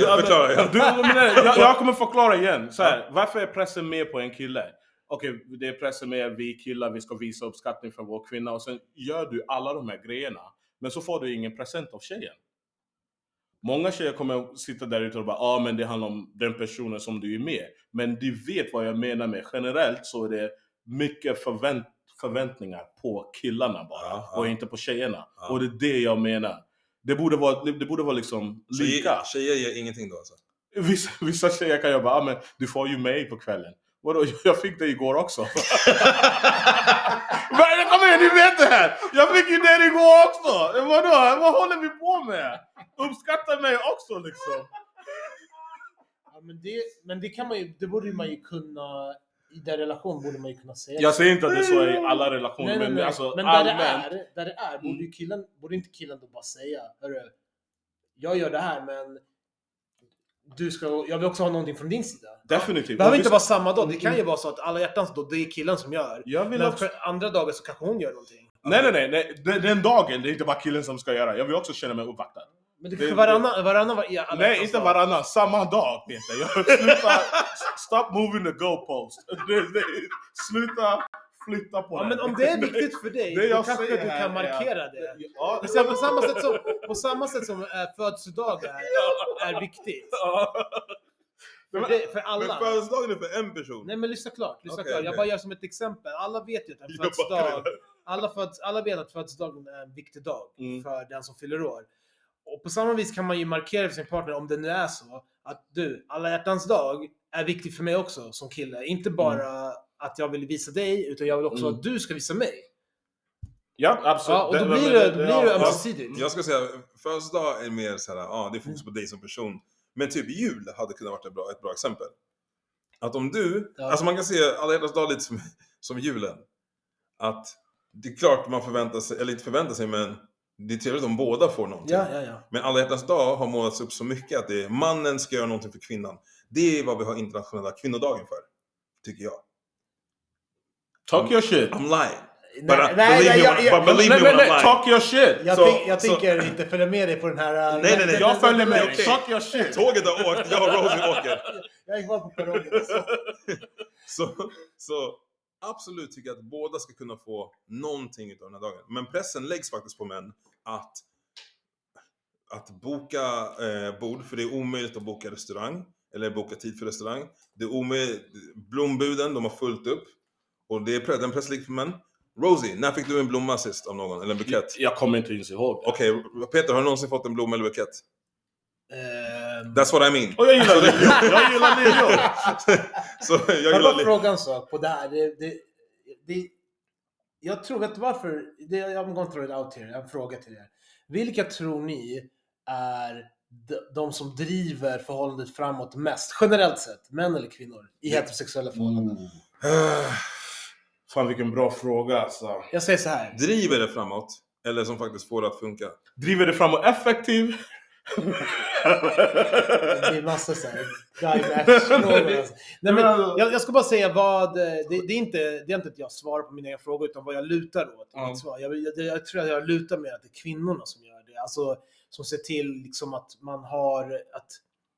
Speaker 1: Jag kommer förklara igen. Så här, varför är pressen med på en kille? Okej, det är pressen med vi killar, vi ska visa uppskattning för vår kvinna. Och sen gör du alla de här grejerna, men så får du ingen present av tjejen. Många tjejer kommer sitta där ute och bara, men det handlar om den personen som du är med. Men du vet vad jag menar med generellt, så är det mycket förväntningar på killarna bara, och inte på tjejerna. Och det är det jag menar. Det borde vara liksom lika.
Speaker 3: Tjejer ger ingenting då alltså?
Speaker 1: Vissa tjejer kan jag bara, men du får ju mig på kvällen. Vadå? Jag fick det igår också. Men kom igen, ni vet det här. Jag fick ju det igår också. Vadå? Vad håller vi på med? Uppskatta mig också liksom.
Speaker 2: Ja, men det kan man ju, det borde man ju kunna. I den relation borde man ju kunna säga.
Speaker 1: Jag säger inte att det är så i alla relationer. Nej. Alltså,
Speaker 2: men där det är borde inte killen då bara säga, hörru, jag gör det här, men jag vill också ha någonting från din sida.
Speaker 1: Definitivt. Det
Speaker 2: behöver inte vara samma dag. Det kan ju vara så att alla hjärtans då, det är killen som gör. Men
Speaker 1: också
Speaker 2: för andra dagar så kanske hon gör någonting.
Speaker 1: Nej. Den dagen, det är inte bara killen som ska göra. Jag vill också känna mig uppvaktad.
Speaker 2: Men det kanske varannan
Speaker 1: nej, inte varannan. Samma dag, Peter. Stop moving the goalpost. Sluta flytta på det.
Speaker 2: Men om det är viktigt för dig, då kanske du kan markera det. Ja. På samma sätt som födelsedagar är viktigt. För alla.
Speaker 3: Men födelsedagen är för en person.
Speaker 2: Nej, men lyssna klart. Jag bara gör som ett exempel. Alla vet ju att en födelsedag, alla vet att födelsedagen är en viktig dag för den som fyller år. Och på samma vis kan man ju markera för sin partner, om det nu är så, att alla hjärtans dag är viktig för mig också som kille. Inte bara att jag vill visa dig, utan jag vill också att du ska visa mig.
Speaker 1: Ja, absolut.
Speaker 2: Ja, och då blir det ömsesidigt.
Speaker 3: Jag ska säga, födelsedag är mer så här, det är fokus på dig som person. Men typ jul hade kunnat vara ett bra exempel. Att om du, alltså man kan se alla hjärtans dag lite som julen. Att det är klart man förväntar sig, eller inte förväntar sig, men det är trevligt om båda får någonting.
Speaker 2: Ja.
Speaker 3: Men alla hjärtans dag har målats upp så mycket att det är mannen ska göra någonting för kvinnan. Det är vad vi har internationella kvinnodagen för, tycker jag.
Speaker 1: Talk your shit.
Speaker 3: I'm lying.
Speaker 1: Believe me when I'm lying. Talk your shit.
Speaker 2: Jag tänker inte följa med dig på den här.
Speaker 1: Nej, jag följer med dig. Talk your shit.
Speaker 3: Tåget har åkt, jag och Rosie åker.
Speaker 2: Jag gick bara på perrongen.
Speaker 3: Så absolut tycker jag att båda ska kunna få någonting utav den här dagen. Men pressen läggs faktiskt på män att boka bord, för det är omöjligt att boka restaurang eller boka tid för restaurang. Det är omöjligt. Blombuden, de har fullt upp, och den press ligger på män. Rosie, när fick du en blomma sist av någon? Eller en bukett?
Speaker 1: Jag kommer inte ens ihåg.
Speaker 3: Okej, Peter, har du någonsin fått en blomma eller bukett? That's what I mean.
Speaker 1: Och jag gillar det. Jag gillar det.
Speaker 3: Så jag
Speaker 2: Jag
Speaker 3: gillar
Speaker 2: bara
Speaker 3: det.
Speaker 2: fråga en sak på det här. Jag tror, vet du varför? I'm going to throw it out here. Jag har en fråga till er. Vilka tror ni är de som driver förhållandet framåt mest? Generellt sett, män eller kvinnor? I heterosexuella förhållanden.
Speaker 1: Fan vilken bra fråga alltså.
Speaker 2: Jag säger så här.
Speaker 3: Driver det framåt? Eller som faktiskt får det att funka?
Speaker 1: Driver det framåt effektiv?
Speaker 2: Det är massa så här guide-frågor. Alltså. Nej, men jag ska bara säga vad det är inte att jag svarar på mina egna frågor utan vad jag lutar åt. Jag tror att jag lutar med att det är kvinnorna som gör det. Alltså som ser till liksom att man har att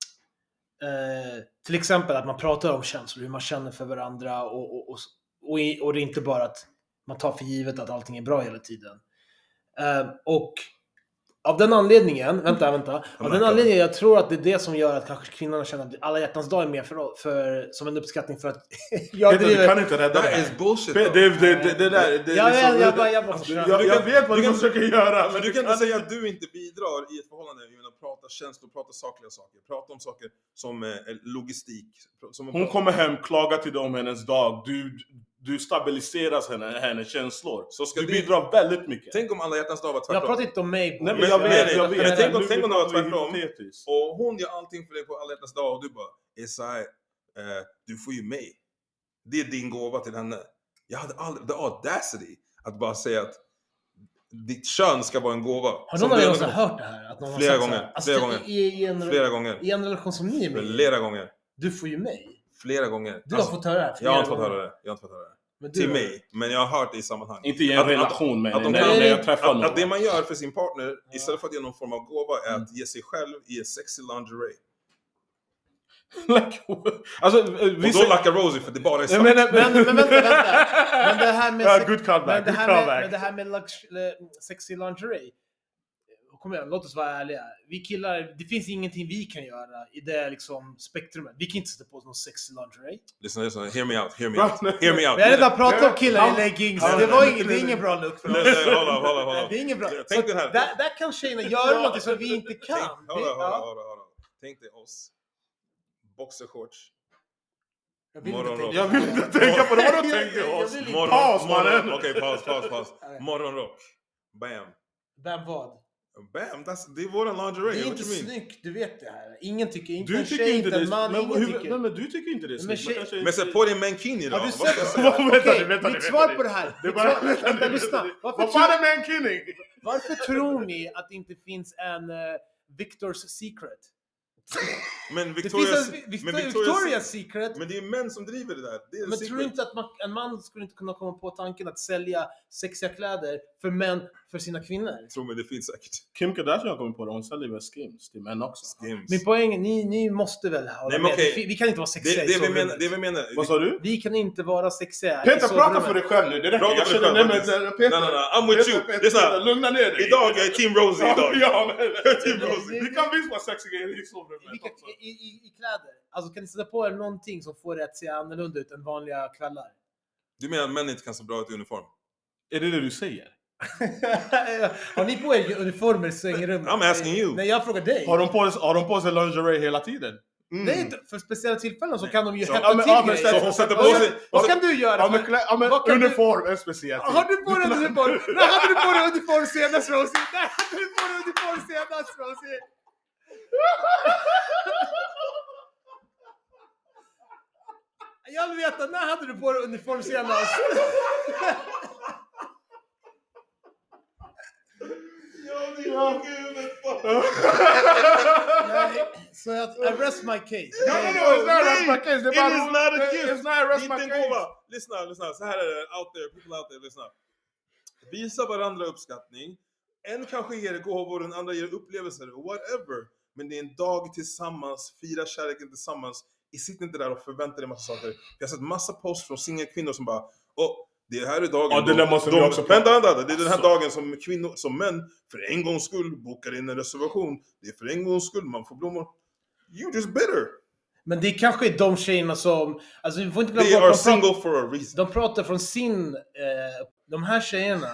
Speaker 2: till exempel att man pratar om känslor, hur man känner för varandra och det är inte bara att man tar för givet att allting är bra hela tiden. Och av den anledningen, vänta. Av den anledningen jag tror att det är det som gör att kanske kvinnorna känner att alla hjärtans dag är mer för som en uppskattning för att jag driver.
Speaker 1: Du kan inte rädda
Speaker 3: That
Speaker 1: det.
Speaker 3: is bullshit.
Speaker 1: Det där. Jag vet vad du försöker göra.
Speaker 3: Men du kan inte säga att du inte bidrar i ett förhållande genom att prata känslor, prata sakliga saker. Prata om saker som logistik.
Speaker 1: Hon kommer hem, klagar till dem hennes dag. Du stabiliserar hennes känslor. Så du bidrar väldigt mycket.
Speaker 3: Tänk om alla hjärtans dag var tvärtom.
Speaker 2: Jag pratar inte om mig.
Speaker 1: Nej, men jag vet.
Speaker 3: Men tänk om det var tvärtom. Och hon gör allting för dig på alla hjärtans dag. Och du bara, Esai, du får ju mig. Det är din gåva till henne. Jag hade aldrig, the audacity att bara säga att ditt kön ska vara en gåva.
Speaker 2: Har någon av er också hört det här? Att någon
Speaker 3: flera
Speaker 2: har
Speaker 3: gånger.
Speaker 2: Så här, alltså,
Speaker 3: Flera gånger.
Speaker 2: I en relation som ni är med.
Speaker 3: Flera gånger.
Speaker 2: Du får ju mig.
Speaker 3: Flera gånger.
Speaker 2: Du har fått höra det här.
Speaker 3: Jag har inte fått höra det.
Speaker 2: Men
Speaker 3: till mig. Men jag har hört det i sammanhang.
Speaker 1: Inte i en relation med
Speaker 3: när
Speaker 1: jag träffar någon.
Speaker 3: Att det man gör för sin partner istället för att ge någon form av gåva är att ge sig själv i en sexy lingerie.
Speaker 1: Alltså,
Speaker 3: och då lackar Rosie för det bara är svart.
Speaker 2: Men vänta. Men det här med
Speaker 1: good callback.
Speaker 2: Men det här med sexy lingerie. Kom igen, låt oss vara ärliga. Vi killar, det finns ingenting vi kan göra i det liksom spektrumet. Vi kan inte sätta på oss någon sexy lingerie.
Speaker 3: Listen, hear me out. Vi
Speaker 2: har redan pratat om killar i leggings. Det är ingen bra look för oss.
Speaker 3: Hålla.
Speaker 2: Det är ingen bra.
Speaker 3: Tänk den här.
Speaker 2: Där kan tjejerna göra något som vi inte kan.
Speaker 3: Hålla. Tänk dig oss. Boxershorts. Morgonrock.
Speaker 1: Jag vill inte tänka på det. Vad du tänker oss?
Speaker 3: Paus, mannen. Okej, paus. Morgonrock. Bam.
Speaker 2: Bam vad?
Speaker 3: Bam, det är våran lingerie.
Speaker 2: Det är inte snyggt, du vet det här. Ingen tycker, inte en
Speaker 1: tjej, inte en man, men du tycker inte det är snyggt.
Speaker 3: Men sätt på dig mankini då.
Speaker 2: Mitt svar på det här. Vänta, lyssna.
Speaker 1: Vad fan är mankini?
Speaker 2: Varför tror ni att det inte finns en Victor's Secret?
Speaker 3: Men
Speaker 2: Victoria's Secret.
Speaker 3: Men det är män som driver det där.
Speaker 2: Men tror du inte att en man skulle inte kunna komma på tanken att sälja sexiga kläder för män för sina kvinnor?
Speaker 3: Tror mig, det finns säkert.
Speaker 1: Kim Kardashian kommer på det. Hon säljer väl skims till män också.
Speaker 2: Min poäng, ni måste väl ha med. Vi kan inte vara sexiga
Speaker 3: det vi menar.
Speaker 1: Vad sa du?
Speaker 2: Vi kan inte vara sexiga.
Speaker 1: Peter, prata för dig själv nu. Det räcker. Jag känner nej,
Speaker 3: I'm with you. Lyssna,
Speaker 1: lugna ner dig.
Speaker 3: Idag är Team Rosie idag.
Speaker 1: Ja, Team Rosie. Vi kan visst vara sexiga i sovrummet.
Speaker 2: I kläder. Alltså kan ni sätta på er någonting som får det att se annorlunda ut än vanliga kvällar?
Speaker 3: Du menar att män inte kan se bra ut i uniform?
Speaker 1: Är det du säger?
Speaker 2: Har ni på er uniformer i sängrummet?
Speaker 3: I'm asking you.
Speaker 2: Nej, jag frågar dig.
Speaker 1: Har de på sig lingerie hela tiden?
Speaker 2: Nej, för speciella tillfällen så kan de ju
Speaker 3: hetta
Speaker 2: till grejer. Vad kan du göra?
Speaker 1: Uniform är speciellt.
Speaker 2: Har du på dig uniform? När hade du på dig uniform senast, Rosie? Jag vill veta, när hade du på dig uniform senast? Så I rest my case.
Speaker 1: No, it's not rest my case.
Speaker 3: It is not a gift.
Speaker 1: It's not rest my case.
Speaker 3: Lyssna. Så här är det people out there, lyssna. Visa varandra uppskattning. En kanske ger gåvor, den andra ger upplevelser, whatever. Men det är en dag tillsammans, fira kärleken tillsammans. Sitt inte där och förvänta dig massa saker. Jag har sett massa post från singelkvinnor som bara, det här är dagen.
Speaker 1: Ja, det där måste vi också
Speaker 3: vänta. Det är den här dagen som kvinnor, som män, för en gångs skull bokar in en reservation. Det är för en gångs skull man får blommor. You just bitter.
Speaker 2: Men det kanske är de tjejerna som... Alltså, vi får inte
Speaker 3: They
Speaker 2: glömma
Speaker 3: are
Speaker 2: bort,
Speaker 3: single for a reason.
Speaker 2: de pratar från sin... de här tjejerna...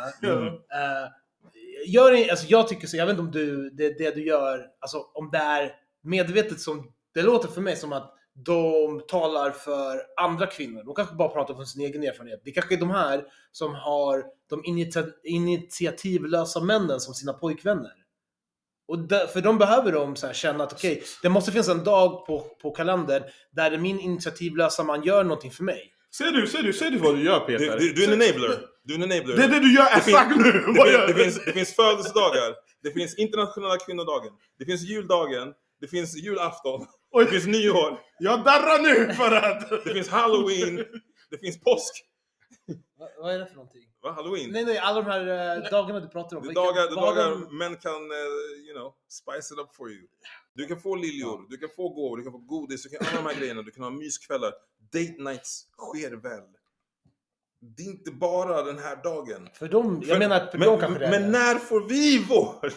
Speaker 2: alltså jag tycker så, jag vet inte om det du gör, alltså om det är medvetet som... Det låter för mig som att de talar för andra kvinnor. De kanske bara pratar från sin egen erfarenhet. Det kanske är de här som har de initiativlösa männen som sina pojkvänner. Och för de behöver de så här känna att okej, det måste finnas en dag på kalendern där min initiativlösa man gör någonting för mig.
Speaker 1: Ser du vad du gör, Peter?
Speaker 3: Du är en enabler. Du är en enabler.
Speaker 1: Det är det du gör exakt nu!
Speaker 3: Det finns födelsedagar. Det finns internationella kvinnodagen. Det finns juldagen. Det finns julafton. Det finns nyår.
Speaker 1: Jag darrar nu för att...
Speaker 3: Det finns Halloween. Det finns påsk.
Speaker 2: Vad är det för någonting?
Speaker 3: Va? Halloween?
Speaker 2: Nej, alla de här dagarna du pratar om.
Speaker 3: Det dagar män kan, spice it up for you. Du kan få liljor, du kan få gåvor, du kan få godis, du kan alla de här grejerna. Du kan ha myskvällar. Date nights sker väl. Det är inte bara den här dagen.
Speaker 2: För dem, jag menar att för dem kanske det är.
Speaker 3: Men när får vi vår?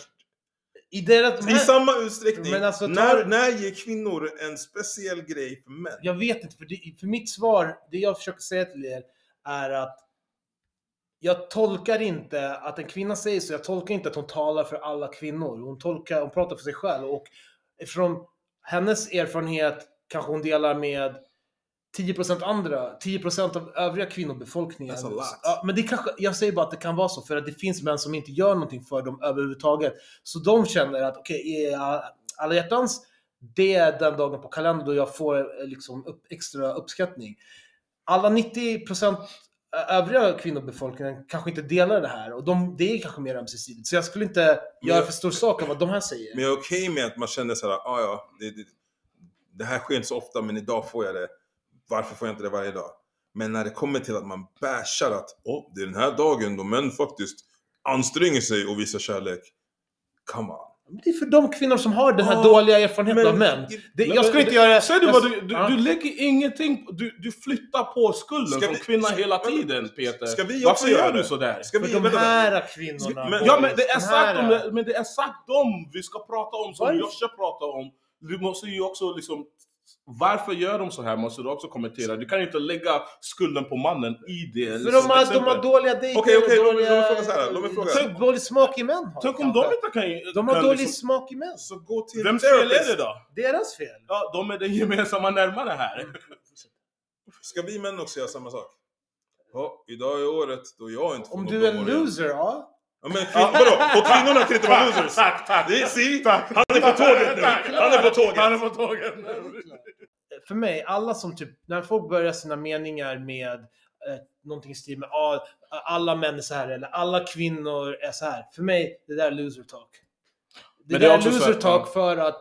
Speaker 2: I
Speaker 3: samma utsträckning.
Speaker 2: Men alltså,
Speaker 3: när ger kvinnor en speciell grej för män?
Speaker 2: Jag vet inte, för mitt svar, det jag försöker säga till er är att jag tolkar inte att en kvinna säger så. Jag tolkar inte att hon talar för alla kvinnor. Hon pratar för sig själv. Och från hennes erfarenhet kanske hon delar med 10% andra, 10% av övriga kvinnobefolkningen. Ja, men det kanske, jag säger bara att det kan vara så, för att det finns män som inte gör någonting för dem överhuvudtaget. Så de känner att okej, alla hjärtans, det är den dagen på kalendern då jag får liksom extra uppskattning. Alla 90% övriga kvinnobefolkningen kanske inte delar det här, och det är kanske mer ömsesidigt. Så jag skulle inte göra för stor sak av vad de här säger.
Speaker 3: Men jag är okej med att man känner så här, det här sker inte så ofta, men idag får jag det. Varför får jag inte det varje dag? Men när det kommer till att man bashar att det är den här dagen då män faktiskt anstränger sig och visar kärlek. Come on.
Speaker 2: Det är för de kvinnor som har den här dåliga erfarenheten av män. Jag skulle inte göra...
Speaker 1: Säg du vad du lägger ingenting... Du flyttar på skulden från kvinnan hela tiden, Peter. Varför gör du sådär?
Speaker 2: För de här kvinnorna...
Speaker 1: Men det är exakt dem vi ska prata om, som Joshua pratar om. Du måste ju också liksom... Varför gör de så här måste du också kommentera. Du kan ju inte lägga skulden på mannen i det.
Speaker 2: För de har dåliga dejter.
Speaker 3: Okej, låt mig fråga.
Speaker 2: Tänk dålig smak i män har.
Speaker 1: Tänk om de inte kan...
Speaker 2: De har dålig smak i män.
Speaker 3: Så gå till
Speaker 1: vems fel är det då?
Speaker 2: Deras fel.
Speaker 1: Ja, de är den gemensamma närmare här.
Speaker 3: Ska vi män också göra samma sak? Ja, idag är året då jag inte får
Speaker 2: om du är en loser, ja.
Speaker 3: Ja, men vadå? Och kvinnorna kan inte vara losers.
Speaker 1: Tack.
Speaker 3: Tack. Han är på tåget nu. Han är på tåget.
Speaker 2: För mig, alla som typ, när folk börjar sina meningar med någonting i stil med alla män är så här, eller alla kvinnor är så här. För mig, det där är loser talk. Det där är loser talk för att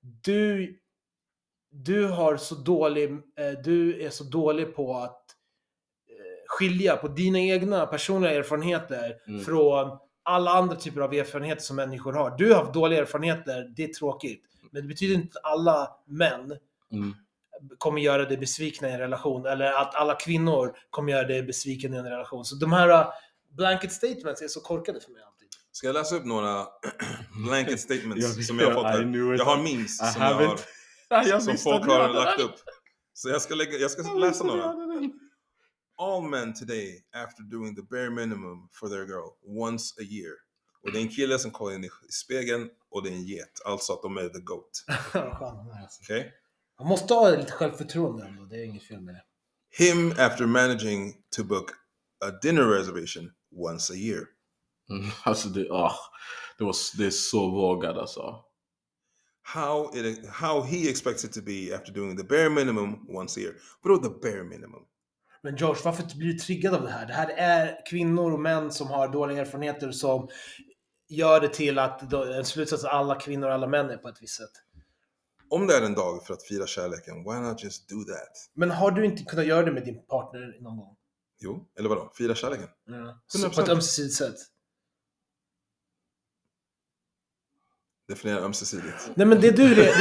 Speaker 2: du har så dålig, du är så dålig på att skilja på dina egna personliga erfarenheter från alla andra typer av erfarenheter som människor har. Du har haft dåliga erfarenheter, det är tråkigt. Men det betyder inte att alla män kommer göra dig besvikna i en relation. Eller att alla kvinnor kommer göra dig besviken i en relation. Så de här blanket statements är så korkade för mig alltid.
Speaker 3: Ska jag läsa upp några blanket statements som jag har fått här? Jag har memes som folk har lagt upp. Så jag ska läsa några. All men today, after doing the bare minimum for their girl once a year. Och det är en kille som kollar in i spegeln, och det är en get. Alltså att de är the goat. Okay?
Speaker 2: Man måste ha lite självförtroende ändå. Det är inget fel med det.
Speaker 3: Him after managing to book a dinner reservation once a year.
Speaker 1: Alltså det är så vågat alltså.
Speaker 3: How he expects it to be after doing the bare minimum once a year. Vadå the bare minimum?
Speaker 2: Men George, varför blir du triggad av det här? Det här är kvinnor och män som har dåliga erfarenheter som gör det till att en slutsats att alla kvinnor och alla män är på ett visst sätt.
Speaker 3: Om det är en dag för att fira kärleken, why not just do that?
Speaker 2: Men har du inte kunnat göra det med din partner någon gång?
Speaker 3: Jo, eller vadå? Fira kärleken?
Speaker 2: Ja. På ett ömsesidigt sätt.
Speaker 3: Definiera ömsesidigt.
Speaker 2: Nej, men det du det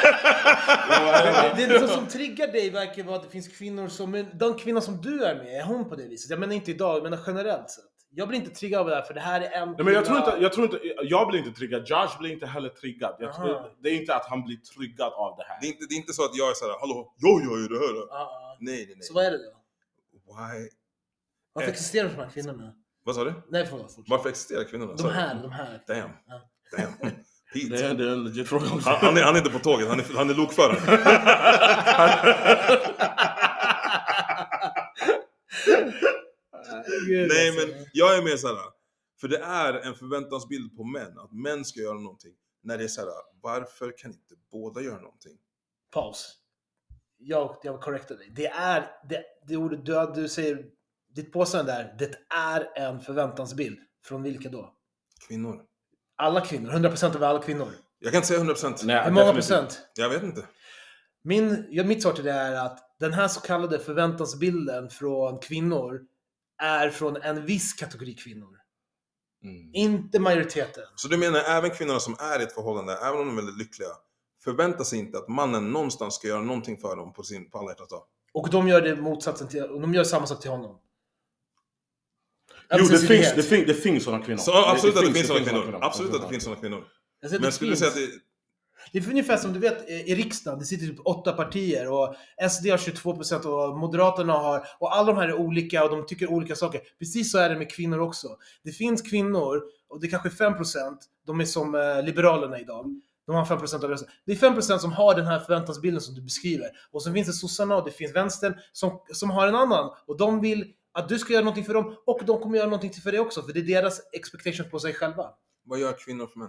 Speaker 2: är som triggar dig verkar vara att det finns kvinnor som... Den kvinna som du är med, är hon på det viset? Jag menar inte idag, men generellt sett. Jag blir inte triggad av det här, för det här är en...
Speaker 1: Nej, men jag blir inte triggad. Josh blir inte heller triggad. Det är inte att han blir triggad av det här.
Speaker 3: Det är inte så att jag är såhär, hallå, jag gör ju det här. Nej.
Speaker 2: Så vad är det då?
Speaker 3: Why?
Speaker 2: Varför existerar de här kvinnorna?
Speaker 3: Vad sa du?
Speaker 2: Nej, förlåt.
Speaker 3: Varför existerar kvinnorna?
Speaker 2: De här.
Speaker 3: Damn. Pete.
Speaker 1: Det är en legit fråga också.
Speaker 3: Han är inte på tåget, han är lokförare. Nej, men jag är mer såhär, för det är en förväntansbild på män, att män ska göra någonting. När det är såhär, varför kan inte båda göra någonting?
Speaker 2: Paus. Jag korrektar dig. Det ordet du säger, ditt påstående där, det är en förväntansbild. Från vilka då?
Speaker 3: Kvinnor.
Speaker 2: Alla kvinnor, 100% av alla kvinnor.
Speaker 3: Jag kan inte säga 100%.
Speaker 1: Nej,
Speaker 2: hur många procent?
Speaker 3: Jag vet inte.
Speaker 2: Mitt svar till det är att den här så kallade förväntansbilden från kvinnor är från en viss kategori kvinnor. Inte majoriteten.
Speaker 3: Så du menar även kvinnorna som är i ett förhållande, även om de är väldigt lyckliga, förväntar sig inte att mannen någonstans ska göra någonting för dem på alla hjärtans dag?
Speaker 2: Och de gör det motsatsen till, och de gör samma sak till honom.
Speaker 1: Jo, det finns sådana kvinnor.
Speaker 3: Så, absolut att det finns sådana kvinnor. Absolut att det finns sådana kvinnor. Men skulle du säga att
Speaker 2: det är ungefär som du vet i riksdagen, det sitter typ 8 partier och SD har 22% och Moderaterna har, och alla de här är olika och de tycker olika saker. Precis så är det med kvinnor också. Det finns kvinnor, och det är kanske 5%, de är som Liberalerna idag. De har 5% av rösten. Det är 5% som har den här förväntansbilden som du beskriver. Och så finns det sossarna och det finns vänstern som har en annan. Och de vill att du ska göra någonting för dem, och de kommer göra någonting för dig också. För det är deras expectation på sig själva.
Speaker 3: Vad gör kvinnor för män?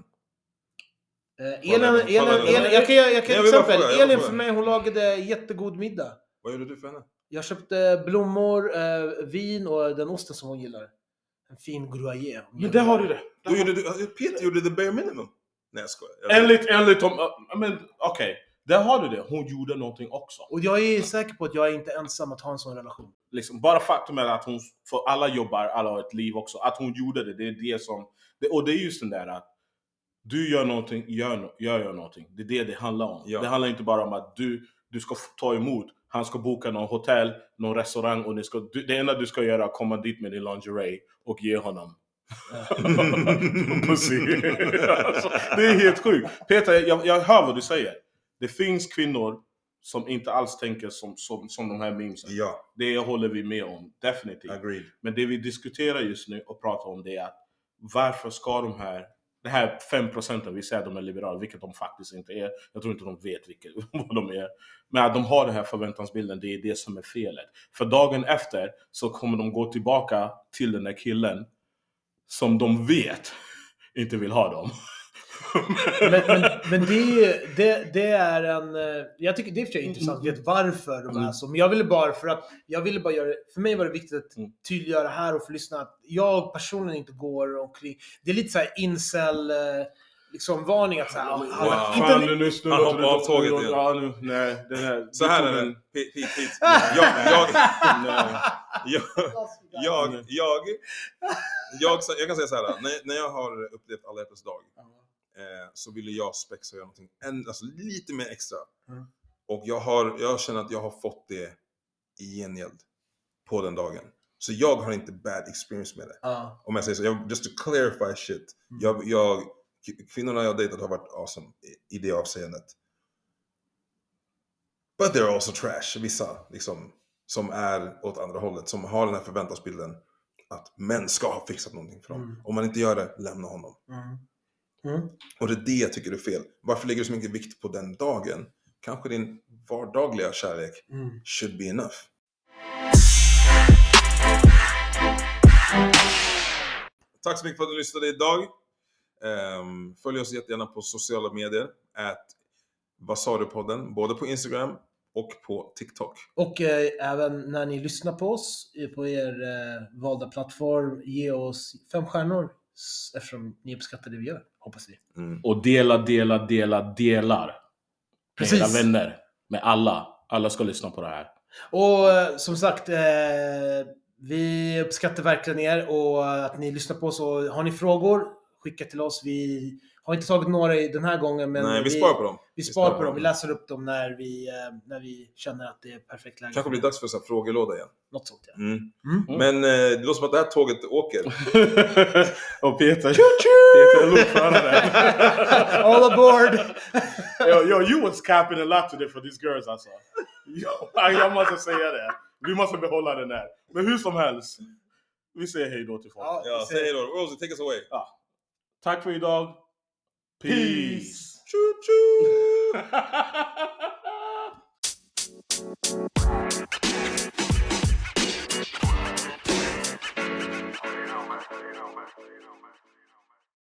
Speaker 2: Jag kan exempel. Elin för mig, hon lagade jättegod middag.
Speaker 3: Vad gjorde du för henne?
Speaker 2: Jag köpte blommor, vin och den osten som hon gillar. En fin gruyère.
Speaker 1: Men där har du det.
Speaker 3: Peter gjorde the bare minimum. Nej, jag skojar.
Speaker 1: Enligt men okej. Där har du det. Hon gjorde någonting också.
Speaker 2: Och jag är säker på att jag är inte ensam att ha en sån relation.
Speaker 1: Liksom, bara faktum är att hon, för alla jobbar, alla har ett liv också. Att hon gjorde det, det är det som... Och det är just den där att du gör någonting, gör någonting. Det är det handlar om. Ja. Det handlar inte bara om att du ska ta emot. Han ska boka någon hotell, någon restaurang, och det enda du ska göra är att komma dit med din lingerie och ge honom. Alltså, det är helt sjukt. Peter, jag hör vad du säger. Det finns kvinnor som inte alls tänker som de här memesen.
Speaker 3: Ja.
Speaker 1: Det håller vi med om, definitivt.
Speaker 3: Agreed.
Speaker 1: Men det vi diskuterar just nu och pratar om, det är att varför ska det här 5% vi säger att de är liberala, vilket de faktiskt inte är. Jag tror inte de vet vad de är. Men att de har den här förväntansbilden, det är det som är felet. För dagen efter så kommer de gå tillbaka till den där killen som de vet inte vill ha dem.
Speaker 2: men det är en... Jag tycker det är intressant att veta varför de är så. Men jag ville bara göra... För mig var det viktigt att tydliggöra här och för lyssna att jag personligen inte går omkring... Det är lite så här incel... liksom varning att såhär...
Speaker 3: Han hoppar av tåget igen.
Speaker 1: Ja, nu, nej, den här...
Speaker 3: Så här är det. Jag kan säga så här. När jag har upplevt alla hjärtans dag, så ville jag spexa och göra någonting alltså lite mer extra. Och jag känner att jag har fått det i gengäld på den dagen. Så jag har inte bad experience med det. Om jag säger så, just to clarify shit. Kvinnorna jag dejtat har varit awesome i det avseendet. But they're also trash. Vissa liksom, som är åt andra hållet, som har den här förväntansbilden att män ska ha fixat någonting för dem. Om man inte gör det, lämna honom. Och det är det jag tycker är fel. Varför lägger du så mycket vikt på den dagen? Kanske din vardagliga kärlek should be enough. Tack så mycket för att du lyssnade idag. Följ oss jättegärna på sociala medier @vasaru-podden, både på Instagram och på TikTok.
Speaker 2: Och även när ni lyssnar på oss på er valda plattform, ge oss 5 stjärnor eftersom ni uppskattar det vi gör, hoppas vi.
Speaker 1: Och delar
Speaker 2: precis.
Speaker 1: Med era vänner, med alla ska lyssna på det här.
Speaker 2: Och som sagt, vi uppskattar verkligen er och att ni lyssnar på oss. Och har ni frågor, skicka till oss. Vi Har inte tagit några i den här gången, men
Speaker 3: Nej, vi sparar på dem.
Speaker 2: Vi sparar på dem. Vi läser upp dem när vi känner att det är perfekt läge.
Speaker 3: Kanske blir dags för så här frågelåda igen.
Speaker 2: Något sånt, ja.
Speaker 3: Men det låter som att det här tåget åker.
Speaker 1: Och Peter är lokförare.
Speaker 2: All aboard!
Speaker 1: yo, you was capping a lot today for these girls alltså. Jag måste säga det. Vi måste behålla den här. Men hur som helst. Vi säger hej då till folk.
Speaker 3: Ja, säg hej då. Rosie, take us away.
Speaker 1: Ja. Tack för idag. Peace.
Speaker 3: Choo choo!